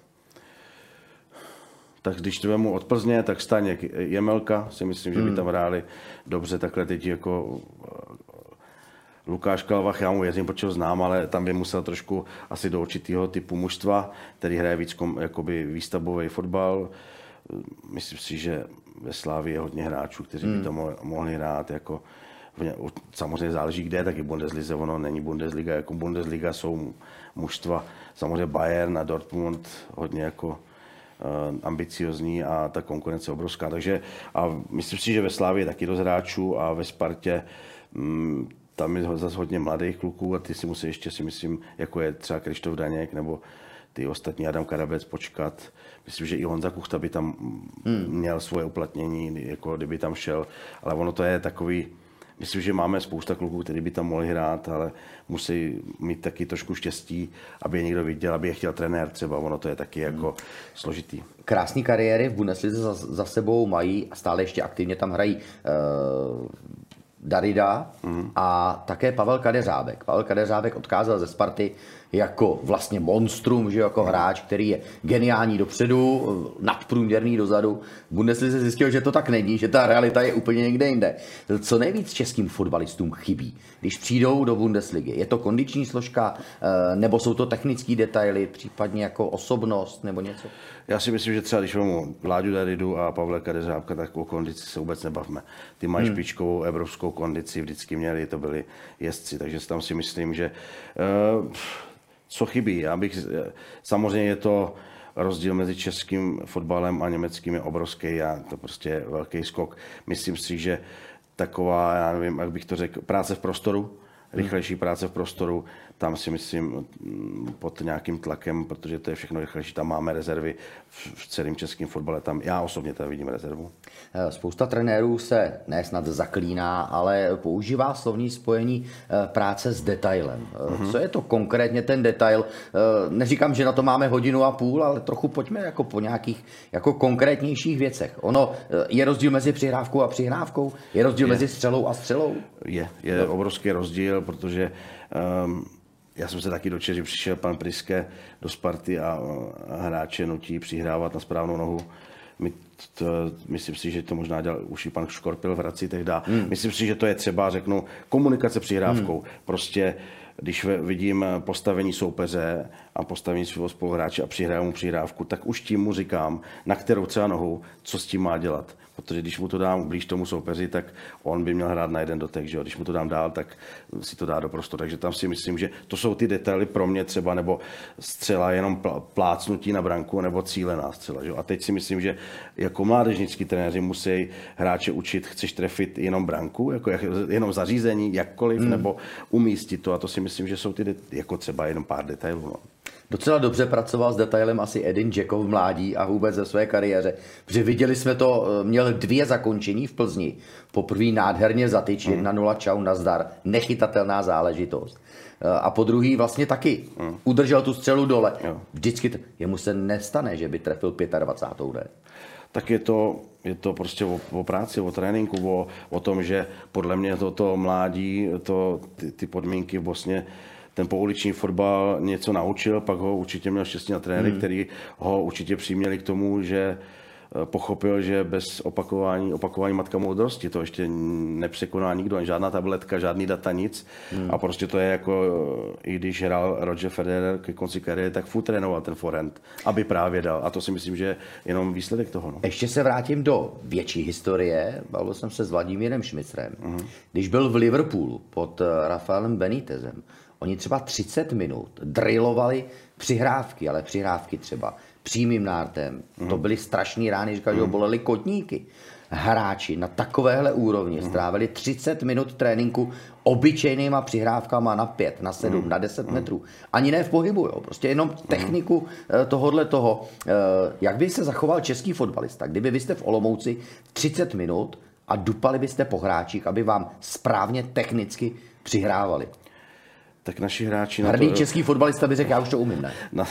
Tak když to vemu od Plzně, tak Staněk Jemelka, si myslím, že by tam hráli dobře, takhle teď jako Lukáš Kalvach, já mu věřím, protože ho znám, ale tam by musel trošku asi do určitého typu mužstva, který hraje víc jakoby výstavbový fotbal. Myslím si, že ve Slávii je hodně hráčů, kteří by to mohli hrát. Jako, samozřejmě záleží kde, tak i Bundeslize, ono není Bundesliga, jako Bundesliga jsou mužstva. Samozřejmě Bayern a Dortmund hodně jako ambiciozní a ta konkurence je obrovská. Takže a myslím si, že ve Slávii je taky dost hráčů a ve Spartě tam je zase hodně mladých kluků a ty si musí ještě, si myslím, jako je třeba Krištof Daněk nebo ty ostatní Adam Karabec počkat. Myslím, že i Honza Kuchta by tam měl svoje uplatnění, jako kdyby tam šel, ale ono to je takový, myslím, že máme spousta kluků, kteří by tam mohli hrát, ale musí mít taky trošku štěstí, aby je někdo viděl, aby je chtěl trenér třeba, ono to je taky jako složitý. Krásné kariéry v Bundeslize za sebou mají a stále ještě aktivně tam hrají Darida a také Pavel Kadeřábek. Pavel Kadeřábek odcházel ze Sparty jako vlastně monstrum, že jako hráč, který je geniální dopředu, nadprůměrný dozadu. V Bundeslize zjistil, že to tak není, že ta realita je úplně někde jinde. Co nejvíc českým fotbalistům chybí, když přijdou do Bundesligy? Je to kondiční složka, nebo jsou to technické detaily, případně jako osobnost nebo něco? Já si myslím, že třeba když mám Láďu Daridu a Pavla Kadeřábka, tak o kondici se vůbec nebavme. Ty mají špičkovou evropskou kondici, vždycky měli, to byli jezdci, takže tam si myslím, že co chybí. Samozřejmě je to rozdíl mezi českým fotbalem a německým je obrovský a to prostě je velký skok. Myslím si, že taková, já nevím, jak bych to řekl, práce v prostoru, rychlejší práce v prostoru, tam si myslím pod nějakým tlakem, protože to je všechno rychlejší, tam máme rezervy v celém českém fotbale, tam já osobně tady vidím rezervu. Spousta trenérů se ne snad zaklíná, ale používá slovní spojení práce s detailem. Co je to konkrétně ten detail? Neříkám, že na to máme hodinu a půl, ale trochu pojďme jako po nějakých jako konkrétnějších věcech. Ono je rozdíl mezi přihrávkou a přihrávkou? Je rozdíl mezi střelou a střelou? Je obrovský rozdíl, protože já jsem se taky dočetl, že přišel pan Priske do Sparty a hráče nutí přihrávat na správnou nohu. Myslím si, že to možná dělal už i pan Škorpil v Hradci tehdy. Myslím si, že to je třeba, řeknu, komunikace přihrávkou. Prostě když vidím postavení soupeře a postavení svého spoluhráče a přihraju mu přihrávku, tak už tím mu říkám, na kterou třeba nohu, co s tím má dělat. Protože když mu to dám blíž tomu soupeři, tak on by měl hrát na jeden dotek, že jo? Když mu to dám dál, tak si to dá do prostoru. Takže tam si myslím, že to jsou ty detaily pro mě třeba, nebo střela jenom plácnutí na branku, nebo cílená střela. Že jo? A teď si myslím, že jako mládežnický trenéři musí hráče učit, chceš trefit jenom branku, jenom zařízení, jakkoliv, nebo umístit to. A to si myslím, že jsou ty jako třeba jenom pár detailů. No. Docela dobře pracoval s detailem asi Edin Dzeko v mládí a vůbec ve své kariéře. Protože viděli jsme to, měl 2 zakončení v Plzni. Poprvé nádherně zatyč, 1-0 čau, nazdar, nechytatelná záležitost. A po druhý vlastně taky udržel tu střelu dole. Vždycky jemu se nestane, že by trefil 25. Ne? Tak je to prostě o práci, o tréninku, o tom, že podle mě toto mládí, ty podmínky v Bosně, ten pouliční fotbal něco naučil, pak ho určitě měl štěstí na trenéry, který ho určitě přiměli k tomu, že pochopil, že bez opakování matka moudrosti, to ještě nepřekoná nikdo, ani žádná tabletka, žádný data, nic. A prostě to je jako, i když hrál Roger Federer ke konci kariéry, tak furt trénoval ten forehand, aby právě dal. A to si myslím, že je jenom výsledek toho. No. Ještě se vrátím do větší historie. Bavil jsem se s Vladimírem Šmicrem. Když byl v Liverpoolu pod Rafaelem Benitezem, oni třeba 30 minut drillovali přihrávky, ale přihrávky třeba přímým nártem. To byly strašný rány, říkali, že bolely kotníky. Hráči na takovéhle úrovni strávili 30 minut tréninku obyčejnýma přihrávkama na 5, na 7, na 10 metrů. Ani ne v pohybu, jo. Prostě jenom techniku tohodle toho. Jak by se zachoval český fotbalista, kdyby vy jste v Olomouci 30 minut a dupali byste po hráčích, aby vám správně technicky přihrávali? Tak naši hráči... Hrdý český fotbalista by řekl, já už to umím, ne?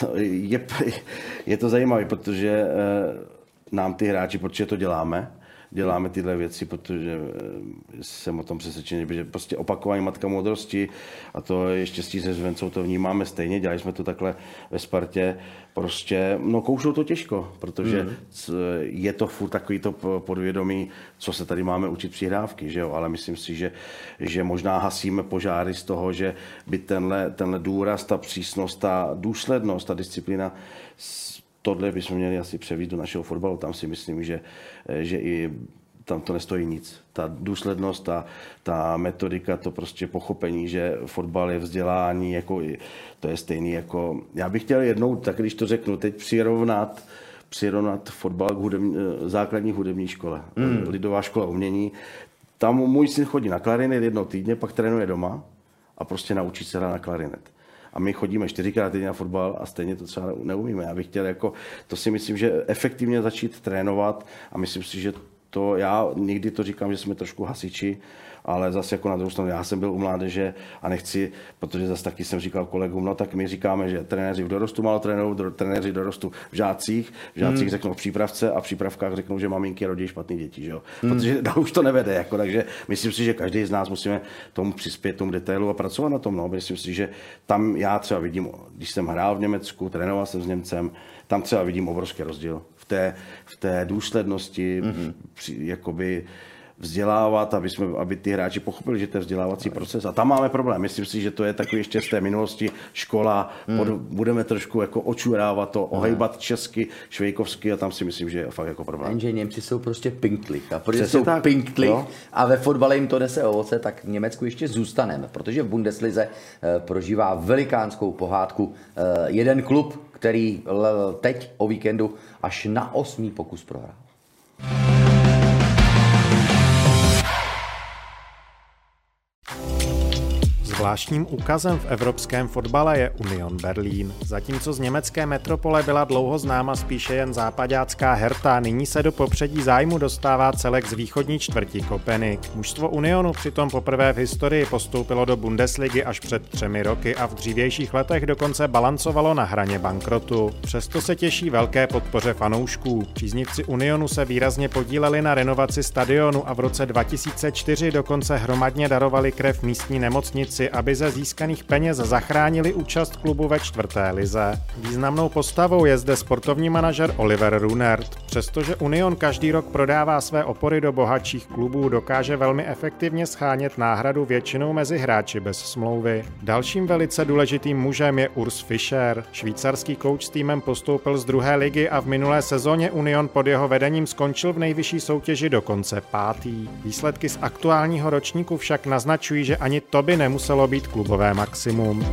Je to zajímavé, protože nám ty hráči, protože to děláme tyhle věci, protože jsem o tom přesvědčený, že prostě opakování matka moudrosti a to je štěstí se Zvencou, to vnímáme stejně, dělali jsme to takhle ve Spartě, prostě, koušou to těžko, protože je to furt takový to podvědomí, co se tady máme učit přihrávky, že jo, ale myslím si, že možná hasíme požáry z toho, že by tenhle důraz, ta přísnost, ta důslednost, ta disciplína, tohle bychom měli asi převést do našeho fotbalu. Tam si myslím, že i tam to nestojí nic. Ta důslednost, ta metodika, to prostě pochopení, že fotbal je vzdělání, jako to je stejný jako... Já bych chtěl jednou, tak když to řeknu, teď přirovnat fotbal k základní hudební škole. Lidová škola umění. Tam můj syn chodí na klarinet jednou týdně, pak trénuje doma a prostě naučí se hrát na klarinet. A my chodíme 4krát týdně na fotbal a stejně to třeba neumíme. Já bych chtěl to si myslím, že efektivně začít trénovat a myslím si, že to já někdy to říkám, že jsme trošku hasiči, ale zase jako na druhou stranu, já jsem byl u mládeže a nechci, protože zase taky jsem říkal kolegům, no tak my říkáme, že trenéři v dorostu málo trénují, trenéři v dorostu v žácích řeknou v přípravce a v přípravkách řeknou, že maminky rodí špatný děti, že jo? Protože už to nevede, jako, takže myslím si, že každý z nás musíme tomu přispět, tomu detailu a pracovat na tom, no. Myslím si, že tam já třeba vidím, když jsem hrál v Německu, trénoval jsem s Němcem, tam třeba vidím obrovský rozdíl v té důslednosti, jakoby vzdělávat, aby ty hráči pochopili, že to je vzdělávací proces. A tam máme problém. Myslím si, že to je takový ještě z té minulosti škola. Budeme trošku jako očurávat to, ohejbat česky, švejkovsky a tam si myslím, že je fakt jako problém. Jenže Němci jsou prostě pinktlich. A protože jsou pinktlich a ve fotbale jim to nese ovoce, tak v Německu ještě zůstaneme. Protože v Bundeslize prožívá velikánskou pohádku jeden klub, který teď o víkendu až na 8. pokus prohrál. Zvláštním úkazem v evropském fotbale je Union Berlín. Zatímco z německé metropole byla dlouho známa spíše jen zápaďácká Hertha, nyní se do popředí zájmu dostává celek z východní čtvrti Kopenik. Mužstvo Unionu přitom poprvé v historii postoupilo do Bundesligy až před 3 roky a v dřívějších letech dokonce balancovalo na hraně bankrotu. Přesto se těší velké podpoře fanoušků. Příznivci Unionu se výrazně podíleli na renovaci stadionu a v roce 2004 dokonce hromadně darovali krev místní nemocnici, aby ze získaných peněz zachránili účast klubu ve 4. lize. Významnou postavou je zde sportovní manažer Oliver Runert. Přestože Union každý rok prodává své opory do bohatších klubů, dokáže velmi efektivně schánět náhradu většinou mezi hráči bez smlouvy. Dalším velice důležitým mužem je Urs Fischer. Švýcarský kouč s týmem postoupil z 2. ligy a v minulé sezóně Union pod jeho vedením skončil v nejvyšší soutěži dokonce 5. Výsledky z aktuálního ročníku však naznačují, že ani to by nemuselo být klubové maximum.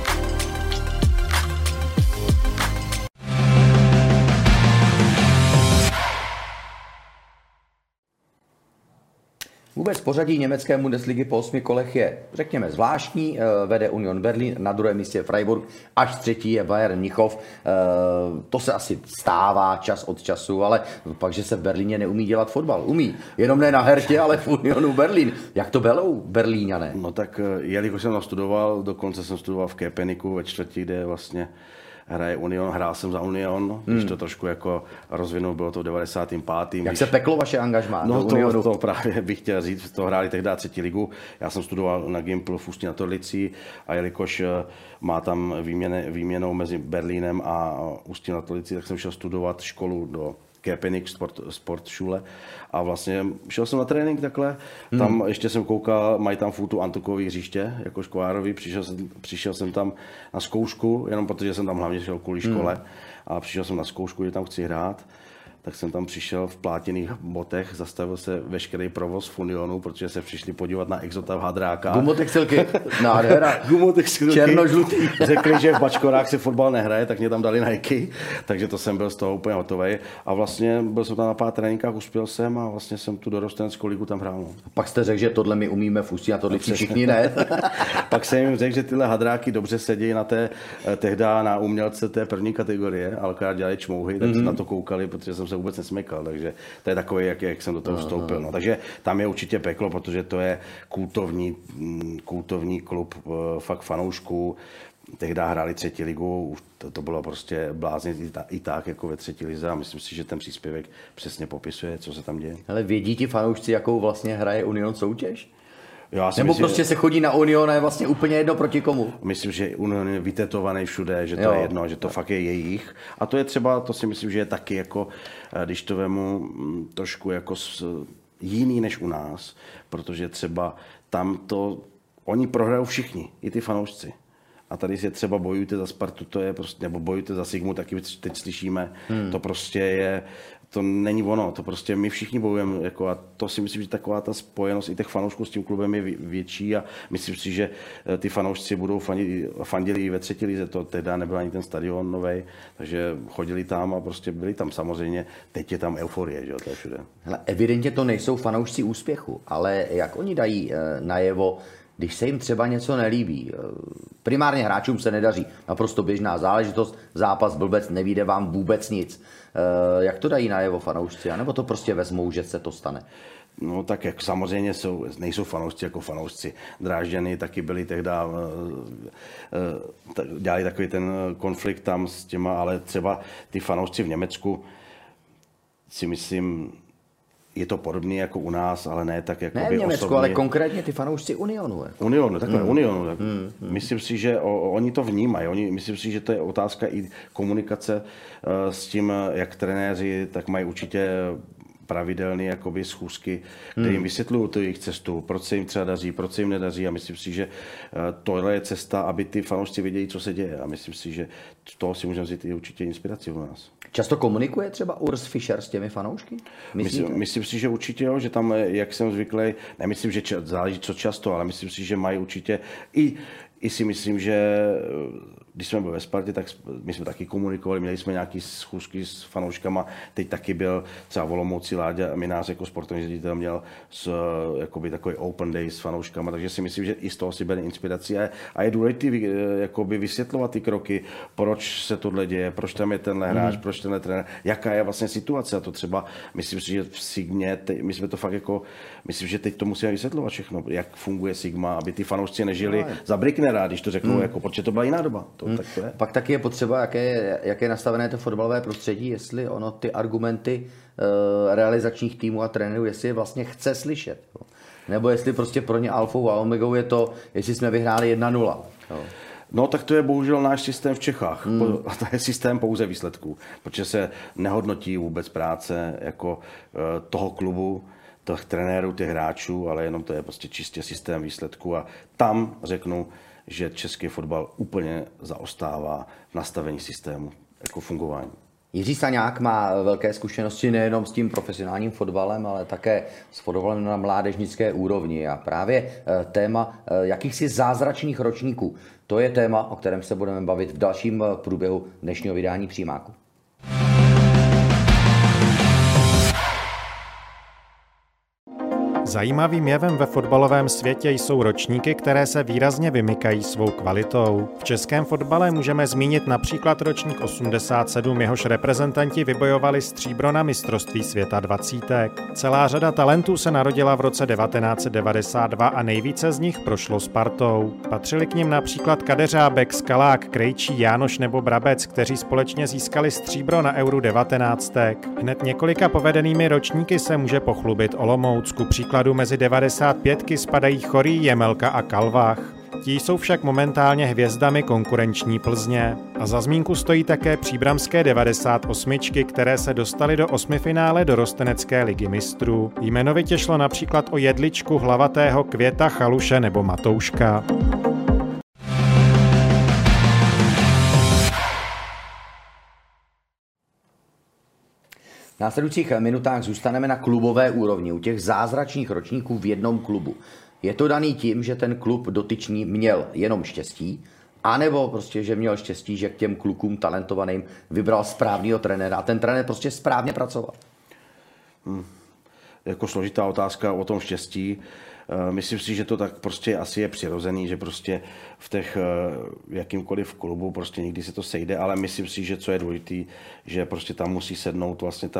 Vůbec pořadí německé Bundesligy po 8 kolech je, řekněme, zvláštní. Vede Union Berlin, na druhém místě Freiburg, až 3. je Bayern Mnichov. To se asi stává čas od času, ale pak, že se v Berlíně neumí dělat fotbal. Umí. Jenom ne na Hertě, ale v Unionu Berlin. Jak to bylo Berlíňané? No tak, jelikož jsem nastudoval, dokonce jsem studoval v Köpeniku ve čtvrtí, kde vlastně hraje Union, hrál jsem za Union, když to trošku jako rozvinul, bylo to v 95. Jak se peklo vaše angažmá do Unionu? To právě bych chtěl říct, to hráli tehdy 3. ligu. Já jsem studoval na Gimplu v Ústí nad Orlicí a jelikož má tam výměnou mezi Berlínem a Ústí nad Orlicí, tak jsem šel studovat školu do Köpenick Sportschule a vlastně šel jsem na trénink takhle, tam ještě jsem koukal, mají tam fůtu Antukový hřiště, jako školárový, přišel jsem tam na zkoušku, jenom protože jsem tam hlavně šel kvůli škole a přišel jsem na zkoušku, že tam chci hrát. Tak jsem tam přišel v plátěných botech, zastavil se veškerý provoz v Unionu, protože se přišli podívat na Exota v Hadrákách. Gumotextilky, nádhera. Gumotextilky. Černožlutý. Řekli, že v Bačkorách se fotbal nehraje, tak mě tam dali Nike, takže to jsem byl z toho úplně hotový. A vlastně byl jsem tam na pár tréninkách, uspěl jsem a vlastně jsem tu dorosteneckou ligu tam hrál. Pak jste řekl, že tohle my umíme v Ústí a tohle všichni ne. Pak jsem jim řekl, že tyhle hadráky dobře sedí na tehdy na umělce té první kategorie, ale akorát dělali čmouhy, tak na to koukali, protože jsem se vůbec nesmykal, takže to je takové, jak jsem do toho vstoupil. No. Takže tam je určitě peklo, protože to je kultovní klub fakt fanoušků. Tehdy hráli 3. ligu, to bylo prostě blázně i tak jako ve 3. lize a myslím si, že ten příspěvek přesně popisuje, co se tam děje. Ale vědí ti fanoušci, jakou vlastně hraje Union soutěž? Nebo myslím, prostě se chodí na Union a je vlastně úplně jedno proti komu? Myslím, že Union je vytetovaný všude, že to je jedno, že to fakt je jejich. A to je třeba, to si myslím, že je taky jako, když to vemu trošku jako jiný než u nás, protože třeba tam to, oni prohrajou všichni, i ty fanoušci. A tady si třeba bojujte za Spartu, to je prostě, nebo bojujte za Sigmu, taky teď slyšíme, to prostě je, to není ono, to prostě my všichni bojujeme, jako, a to si myslím, že taková ta spojenost i těch fanoušků s tím klubem je větší a myslím si, že ty fanoušci budou fandili i ve 3. lize, to teda nebyl ani ten stadion novej, takže chodili tam a prostě byli tam samozřejmě, teď je tam euforie, že jo, to je všude. Hele, evidentně to nejsou fanoušci úspěchu, ale jak oni dají najevo, když se jim třeba něco nelíbí. Primárně hráčům se nedaří, naprosto běžná záležitost, zápas blbec, nevíde vám vůbec nic. Jak to dají najevo fanoušci, anebo to prostě vezmou, že se to stane? No tak jak samozřejmě nejsou fanoušci jako fanoušci. Drážďany taky byli tehdy, dělali takový ten konflikt tam s těma, ale třeba ty fanoušci v Německu si myslím, je to podobné jako u nás, ale ne tak jako ne v Německu, osobně. Ale konkrétně ty fanoušci Unionu. Jako. Unionu, takhle, Unionu. Tak. Myslím si, že oni to vnímají. Myslím si, že to je otázka i komunikace s tím, jak trenéři, tak mají určitě pravidelné jakoby schůzky, které jim vysvětlují tu jejich cestu, proč se jim třeba daří, proč se jim nedaří, a myslím si, že tohle je cesta, aby ty fanoušci věděli, co se děje, a myslím si, že z toho si můžeme vzít i určitě inspiraci u nás. Často komunikuje třeba Urs Fischer s těmi fanoušky? Myslím si, že určitě jo, že tam, jak jsem zvyklý, nemyslím, že záleží co často, ale myslím si, že mají určitě i si myslím, že když jsme byli ve Spartě, tak my jsme taky komunikovali, měli jsme nějaké schůzky s fanouškama, teď taky byl třeba v Olomouci Láďa Minář jako sportovní ředitel měl jakoby takový open day s fanouškama, takže si myslím, že i z toho si bere inspiraci a je důležité jakoby vysvětlovat ty kroky, proč se tohle děje, proč tam je tenhle hráč, proč tenhle trenér, jaká je vlastně situace, a to třeba, myslím si, že v Sigmě, my jsme to fakt jako, myslím, že teď to musíme vysvětlovat všechno, jak funguje Sigma, aby ty fanoušci nežili za Bricknera, když to řeknou, jako, protože to byla jiná doba. Tak to je. Pak taky je potřeba, jak je nastavené to fotbalové prostředí, jestli ono ty argumenty realizačních týmů a trenérů, jestli je vlastně chce slyšet. Jo. Nebo jestli prostě pro ně alfou a omegou je to, jestli jsme vyhráli 1-0. Jo. No tak to je bohužel náš systém v Čechách. To je systém pouze výsledků, protože se nehodnotí vůbec práce jako toho klubu, těch trenérů, těch hráčů, ale jenom to je prostě čistě systém výsledků, a tam řeknu, že český fotbal úplně zaostává v nastavení systému, jako fungování. Jiří Staňák má velké zkušenosti nejenom s tím profesionálním fotbalem, ale také s fotbalem na mládežnické úrovni. A právě téma jakýchsi zázračných ročníků, to je téma, o kterém se budeme bavit v dalším průběhu dnešního vydání Přímáku. Zajímavým jevem ve fotbalovém světě jsou ročníky, které se výrazně vymykají svou kvalitou. V českém fotbale můžeme zmínit například ročník 87, jehož reprezentanti vybojovali stříbro na mistrovství světa 20. Celá řada talentů se narodila v roce 1992 a nejvíce z nich prošlo Spartou. Patřili k nim například Kadeřábek, Skalák, Krejčí, Jánoš nebo Brabec, kteří společně získali stříbro na Euru 19. Hned několika povedenými ročníky se může pochlubit Olomouc. Ku příkladu mezi 95 spadají Chorý, Jemelka a Kalvách. Ti jsou však momentálně hvězdami konkurenční Plzně. A za zmínku stojí také příbramské 98, které se dostaly do osmifinále dorostenecké ligy mistrů. Jmenovitě šlo například o Jedličku, Hlavatého, Květa, Chaluše nebo Matouška. V následujících minutách zůstaneme na klubové úrovni, u těch zázračných ročníků v jednom klubu. Je to daný tím, že ten klub dotyčný měl jenom štěstí, anebo prostě, že měl štěstí, že k těm klukům talentovaným vybral správného trenéra a ten trenér prostě správně pracoval? Jako složitá otázka o tom štěstí. Myslím si, že to tak prostě asi je přirozený, že prostě v těch jakýmkoliv klubu prostě někdy se to sejde, ale myslím si, že co je důležitý, že prostě tam musí sednout vlastně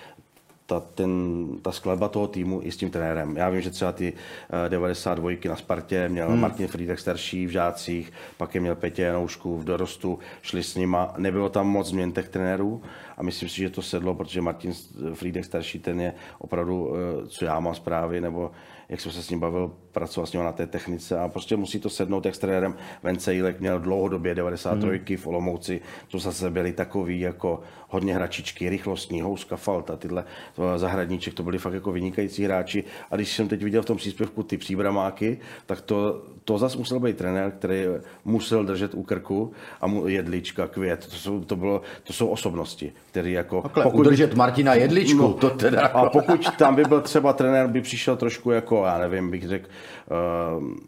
ta skladba toho týmu i s tím trenérem. Já vím, že třeba ty 92 na Spartě měl Martin Friedrich starší v žácích, pak je měl Petě Janoušku v dorostu, šli s nima, nebylo tam moc změn těch trenérů a myslím si, že to sedlo, protože Martin Friedrich starší, ten je opravdu, co já mám zprávy, nebo jak jsem se s ním bavil, pracoval s ním na té technice a prostě musí to sednout jak s trenérem. Vence Jílek měl dlouhodobě 93 v Olomouci, to zase byli takový jako hodně hračičky, rychlostní, Houska, Falta, tyhle Zahradníček, to byli fakt jako vynikající hráči. A když jsem teď viděl v tom příspěvku ty příbramáky, tak to zase musel být trenér, který musel držet u krku a Jedlička, Květ, to jsou osobnosti, který jako... Pokud udržet Martina Jedličku, no, to teda... A pokud tam by byl třeba trenér, by přišel trošku jako, já nevím, bych řekl,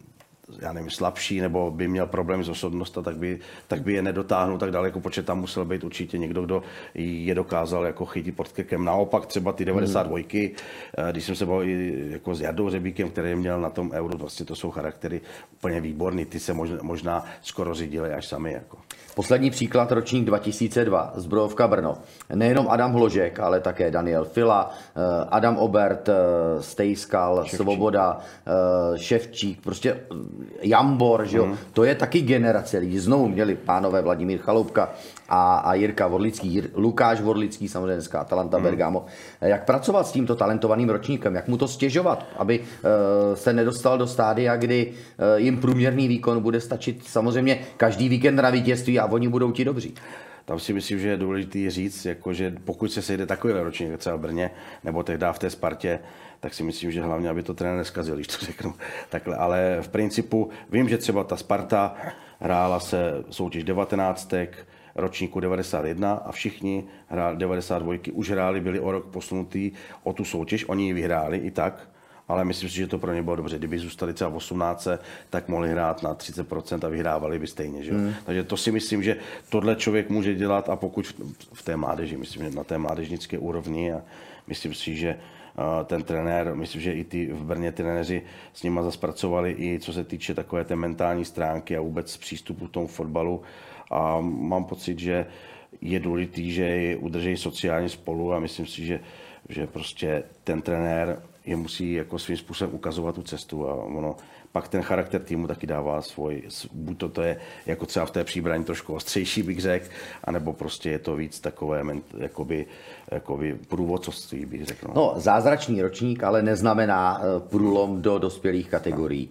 já nevím, slabší nebo by měl problém s osobností, tak by je nedotáhnul tak daleko, protože tam musel být určitě někdo, kdo je dokázal jako chytit pod krkem. Naopak třeba ty 92, když jsem se bavil jako s Jardou Řebíkem, který měl na tom Euro, vlastně to jsou charaktery úplně výborný, ty se možná skoro řídili až sami. Jako. Poslední příklad, ročník 2002, Zbrojovka Brno. Nejenom Adam Hložek, ale také Daniel Fila, Adam Obert, Stejskal, Svoboda, Ševčík, prostě Jambor, že jo? To je taky generace lidí. Znovu měli pánové Vladimír Chaloupka a Jirka Vodlický, Lukáš Vodlický, samozřejmě z Atalanta Bergamo. Jak pracovat s tímto talentovaným ročníkem? Jak mu to stěžovat, aby se nedostal do stádia, kdy jim průměrný výkon bude stačit samozřejmě každý víkend na vítězství a oni budou ti dobří? Tam si myslím, že je důležité říct, jako, že pokud se sejde takový ročník, třeba v Brně, nebo tehdy v té Spartě, tak si myslím, že hlavně, aby to trenér neskazil, když to řeknu takhle. Ale v principu vím, že třeba ta Sparta hrála se soutěž 19. ročníku 91 a všichni 92 už hráli, byli o rok posunutý o tu soutěž, oni ji vyhráli i tak, ale myslím si, že to pro ně bylo dobře. Kdyby zůstali třeba v 18, tak mohli hrát na 30% a vyhrávali by stejně. Že? Takže to si myslím, že tohle člověk může dělat a pokud v té mládeži, myslím, že na té mládežnické úrovni a myslím si, že ten trenér, myslím, že i ty v Brně trenéři s nima zaspracovali i co se týče takové té mentální stránky a vůbec přístupu k tomu fotbalu. A mám pocit, že je důležitý, že je udrží sociálně spolu a myslím si, že prostě ten trenér je musí jako svým způsobem ukazovat tu cestu a ono pak ten charakter týmu taky dává svůj, buď to je jako třeba v té Příbrani trošku ostřejší, bych řekl, anebo prostě je to víc takové jakoby průvodcovství, bych řekl. No, zázračný ročník ale neznamená průlom do dospělých kategorií.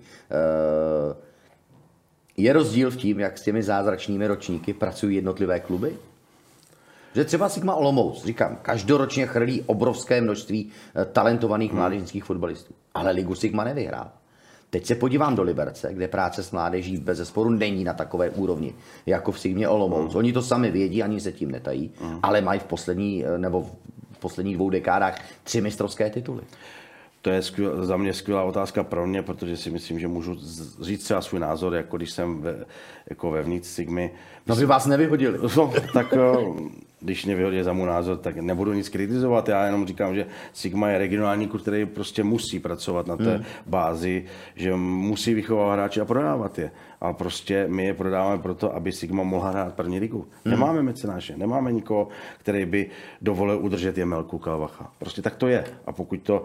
Je rozdíl v tím, jak s těmi zázračnými ročníky pracují jednotlivé kluby? Že třeba Sigma Olomouc, říkám, každoročně chrlí obrovské množství talentovaných mládežnických fotbalistů, ale ligu Sigma nevyhrál. Teď se podívám do Liberce, kde práce s mládeží bezesporu není na takové úrovni, jako v Sigmě Olomouc. Oni to sami vědí, ani se tím netají, ale mají v posledních 2 dekádách 3 mistrovské tituly. To je za mě skvělá otázka pro mě, protože si myslím, že můžu říct třeba svůj názor, jako když jsem vevnitř Sigmy. No by vás nevyhodili. No, tak když mě vyhodí za můj názor, tak nebudu nic kritizovat. Já jenom říkám, že Sigma je regionální klub, který prostě musí pracovat na té bázi, že musí vychovávat hráče a prodávat je. A prostě my je prodáváme proto, aby Sigma mohla hrát první ligu. Nemáme mecenáše, nemáme nikoho, který by dovolil udržet Jemelku Kalvacha. Prostě tak to je. A pokud to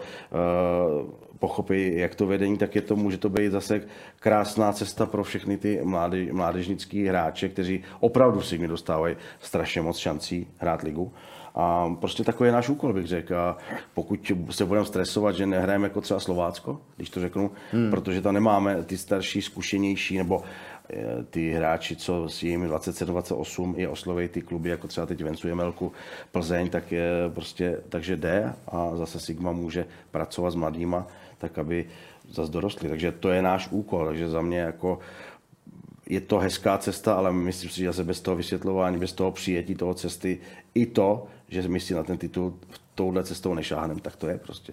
pochopí, jak to vedení, tak může to být zase krásná cesta pro všechny ty mládežnický hráče, kteří opravdu si mi dostávají strašně moc šancí hrát ligu. A prostě takový je náš úkol, bych řekl. A pokud se budeme stresovat, že nehrajeme jako třeba Slovácko, když to řeknu, protože tam nemáme ty starší, zkušenější, nebo ty hráči, co s jimi 27-28 je osloví ty kluby, jako třeba teď Vencu Jemelku, Plzeň, tak je prostě, takže jde a zase Sigma může pracovat s mladýma, tak aby zase dorostli. Takže to je náš úkol, takže za mě jako je to hezká cesta, ale myslím si, že zase bez toho vysvětlování, bez toho přijetí toho cesty, i to, že my si na ten titul touhle cestou nešáhneme, tak to je prostě.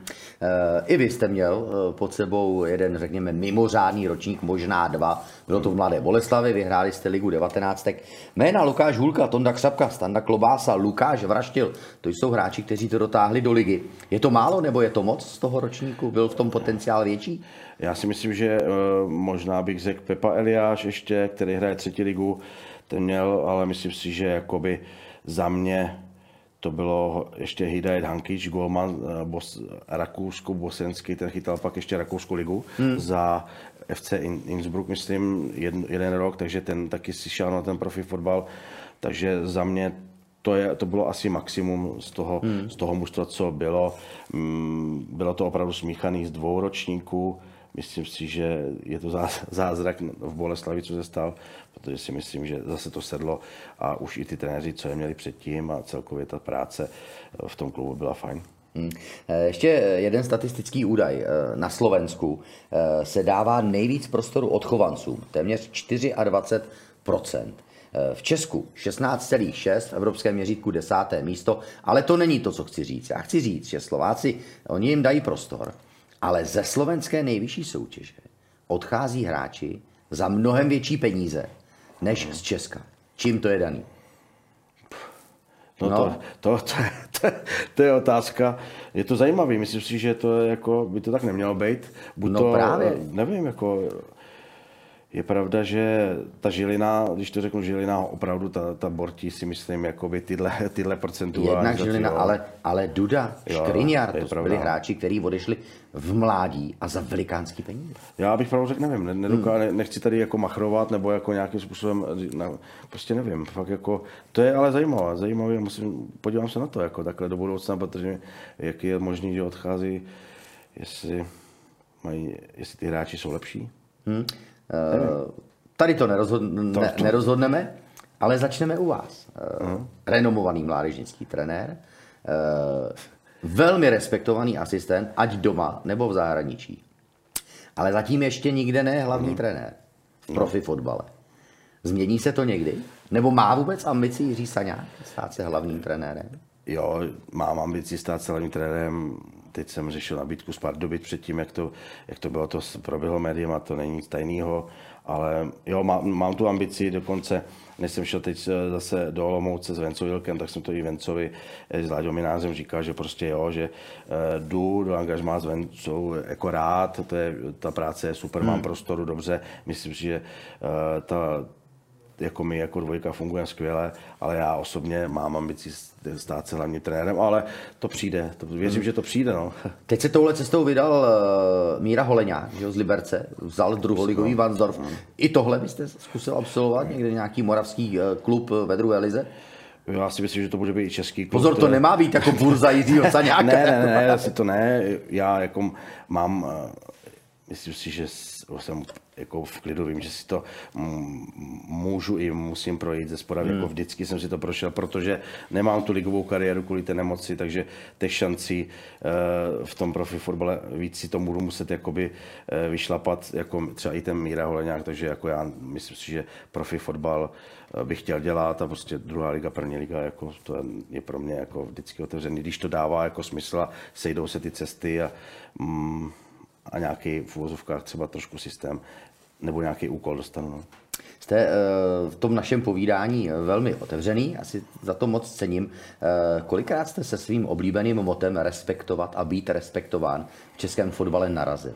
I vy jste měl pod sebou jeden, řekněme, mimořádný ročník, možná 2. Bylo to v Mladé Boleslavi, vyhráli jste ligu 19. Jména Lukáš Hůlka, Tonda Křapka, Standa Klobása, Lukáš Vraštil, to jsou hráči, kteří to dotáhli do ligy. Je to málo nebo je to moc z toho ročníku? Byl v tom potenciál větší? Já si myslím, že možná bych řekl Pepa Eliáš ještě, který hraje 3. ligu, ten měl, ale myslím si, že jakoby za mě to bylo ještě Hidayet Hankič, golman rakousko-bosenský, ten chytal pak ještě Rakouskou ligu za FC Innsbruck, myslím, jeden rok, takže ten taky si šel na ten profi fotbal. Takže za mě to bylo asi maximum z toho mužstva, co bylo. Bylo to opravdu smíchaný z 2 ročníků. Myslím si, že je to zázrak v Boleslavi, co se stal, protože si myslím, že zase to sedlo a už i ty trenéři, co je měli předtím a celkově ta práce v tom klubu byla fajn. Ještě jeden statistický údaj. Na Slovensku se dává nejvíc prostoru odchovancům, téměř 24%. V Česku 16,6, v evropském měřítku 10. místo, ale to není to, co chci říct. Já chci říct, že Slováci, oni jim dají prostor, ale ze slovenské nejvyšší soutěže odchází hráči za mnohem větší peníze než z Česka. Čím to je daný? No. To je otázka. Je to zajímavý, myslím si, že to je jako, by to tak nemělo být. No to, právě. Nevím, jako... Je pravda, že ta Žilina, když to řeknu Žilina, opravdu ta Bortí si myslím, jakoby tyhle procentuální. Jednak Žilina, ale Duda, Škriňar, to byli hráči, kteří odešli v mládí a za velikánský peníze. Já bych pravdu řekl, nevím, nechci tady jako machrovat nebo jako nějakým způsobem, prostě nevím, fakt jako, to je ale zajímavé, podívám se na to jako takhle do budoucna, protože jaký je možný, že odchází, jestli ty hráči jsou lepší. Tady to nerozhodneme, ale začneme u vás. Renomovaný mládežnický trenér, velmi respektovaný asistent, ať doma nebo v zahraničí. Ale zatím ještě nikde ne hlavní trenér v profi fotbale. Změní se to někdy? Nebo má vůbec ambici Jiří Saňák stát se hlavním trenérem? Jo, mám ambici stát se hlavním trenérem. Teď jsem řešil nabídku z Pardubic předtím, jak to bylo, to proběhlo médiama, to není nic tajného, ale jo, mám tu ambici, dokonce, než jsem šel teď zase do Olomouce s Vencou Jilkem, tak jsem to i Vencovi s Láďou Minářem říkal, že prostě jo, že jdu do angažmá s Vencou jako rád, ta práce je super, mám prostoru dobře, myslím si, že my jako dvojka fungujeme skvěle, ale já osobně mám ambici stát se hlavně trenérem, ale to přijde, věřím, že to přijde. No. Teď se touhle cestou vydal Míra Holeňák, že z Liberce, vzal druholigový Varnsdorf. I tohle byste zkusil absolvovat, někde nějaký moravský klub ve druhé lize? Já si myslím, že to bude být i český klub. Pozor, to nemá být jako burza Jiřího Saňáka. Ne, asi to ne. Já jako mám, myslím si, že jsem jako v klidu, vím, že si to můžu i musím projít ze spoda, jako vždycky jsem si to prošel, protože nemám tu ligovou kariéru kvůli té nemoci, takže těch šancí v tom profi fotbale víc si to budu muset jakoby vyšlapat, jako třeba i ten Míra Holeňák, takže jako já myslím si, že profi fotbal bych chtěl dělat a prostě druhá liga, první liga, jako to je pro mě jako vždycky otevřený, když to dává jako smysl a sejdou se ty cesty a nějaký v uvozovkách třeba trošku systém nebo nějaký úkol dostanu. No. Jste v tom našem povídání velmi otevřený, asi za to moc cením. Kolikrát jste se svým oblíbeným motem respektovat a být respektován v českém fotbale narazil?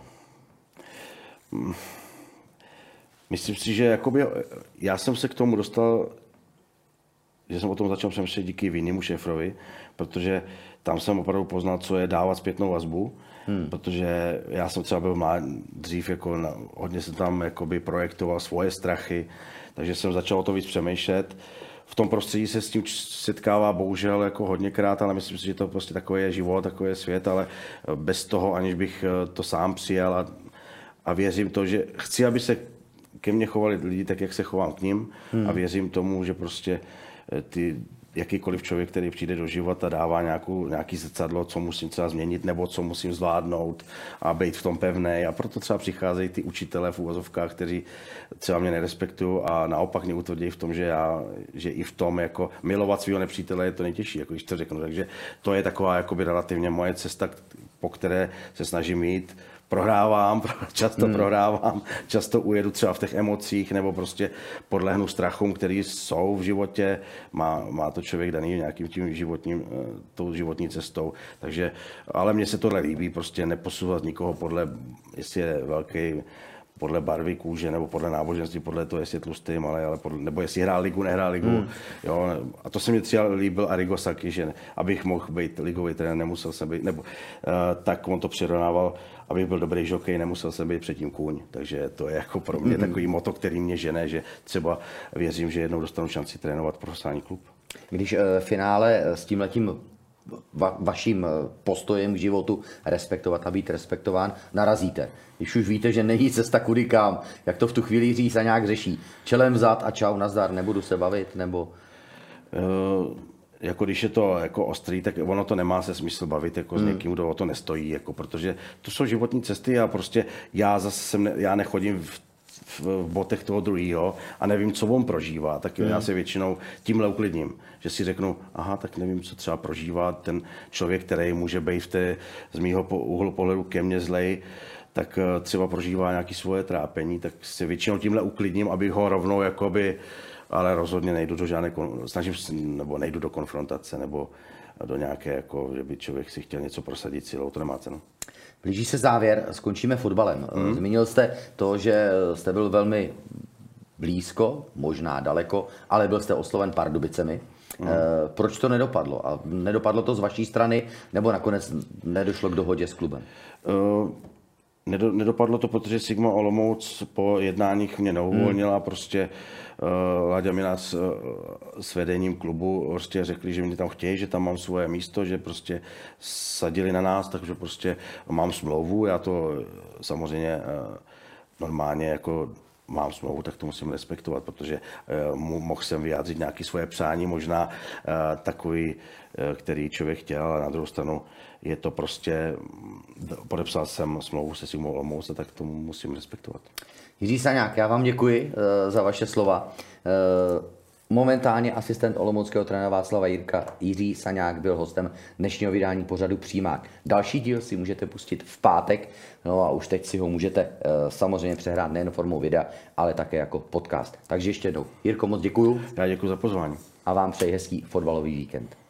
Myslím si, že jakoby, já jsem se k tomu dostal, že jsem o tom začal přemýšlet díky Vinnymu Šéfrovi, protože tam jsem opravdu poznal, co je dávat zpětnou vazbu. Protože já jsem třeba byl dřív, jako hodně jsem tam jakoby projektoval svoje strachy, takže jsem začal o tom víc přemýšlet. V tom prostředí se s tím setkává bohužel jako hodněkrát, ale myslím si, že to prostě takový je život, takový je svět, ale bez toho, aniž bych to sám přijal a věřím to, že chci, aby se ke mně chovali lidi tak, jak se chovám k ním a věřím tomu, že prostě jakýkoliv člověk, který přijde do života, dává nějaký zrcadlo, co musím třeba změnit nebo co musím zvládnout a být v tom pevný. A proto třeba přicházejí ty učitelé v uvozovkách, kteří třeba mě nerespektují a naopak mě utvrdí v tom, že i v tom jako milovat svého nepřítele je to nejtěžší, jako když to řeknu. Takže to je taková jakoby relativně moje cesta, po které se snažím jít. Často prohrávám, často ujedu třeba v těch emocích nebo prostě podlehnu strachům, které jsou v životě. Má to člověk daný nějakým tím tou životní cestou. Takže, ale mně se tohle líbí, prostě neposouvat nikoho podle, jestli je velký, podle barvy kůže nebo podle náboženství, podle toho, jestli je tlustý, malý, ale nebo jestli hrál ligu, nehrál ligu. Jo, a to se mi třeba líbil Arrigo Sacchi, že abych mohl být ligový trenér, nemusel jsem být, tak on to přirovnával, abych byl dobrý žokej, nemusel jsem být předtím kůň. Takže to je jako pro mě takový moto, který mě žene, že třeba věřím, že jednou dostanu šanci trénovat profesionální klub. Když v finále s tímhletím vaším postojem k životu respektovat a být respektován narazíte. Když už víte, že není cesta kudy kam, jak to v tu chvíli Jiří Saňák řeší? Čelem vzad a čau, nazdar, nebudu se bavit, nebo... Jako když je to jako ostrý, tak ono to nemá se smysl bavit jako s někým, kdo o to nestojí, jako, protože to jsou životní cesty a prostě já nechodím v botech toho druhého a nevím, co on prožívá, tak já se většinou tímhle uklidním, že si řeknu, aha, tak nevím, co třeba prožívá ten člověk, který může být z mýho úhlu pohledu ke mně zlej, tak třeba prožívá nějaké svoje trápení, tak si většinou tímhle uklidním, abych ho rovnou jakoby, ale rozhodně nejdu do žádné, snažím se, nebo nejdu do konfrontace, nebo do nějaké, jako, že by člověk si chtěl něco prosadit silou, to nemá cenu. Blíží se závěr, skončíme fotbalem. Zmínil jste to, že jste byl velmi blízko, možná daleko, ale byl jste osloven Pardubicemi. Proč to nedopadlo? A nedopadlo to z vaší strany, nebo nakonec nedošlo k dohodě s klubem? Nedopadlo to, protože Sigma Olomouc po jednáních mě neuvolnila, prostě Láďa mi nás s vedením klubu prostě řekli, že mě tam chtějí, že tam mám svoje místo, že prostě sadili na nás, takže prostě mám smlouvu, já to samozřejmě normálně jako mám smlouvu, tak to musím respektovat, protože mohl jsem vyjádřit nějaké svoje přání, možná takový, který člověk chtěl, ale na druhou stranu je to prostě, podepsal jsem smlouvu se Sigmou Olomouc, tak to musím respektovat. Jiří Saňák, já vám děkuji za vaše slova. Momentálně asistent olomouckého trenéra Václava Jirka Jiří Saňák byl hostem dnešního vydání pořadu Přímák. Další díl si můžete pustit v pátek, no a už teď si ho můžete samozřejmě přehrát nejen formou videa, ale také jako podcast. Takže ještě jednou, Jirko, moc děkuju. Já děkuji za pozvání. A vám přeji hezký fotbalový víkend.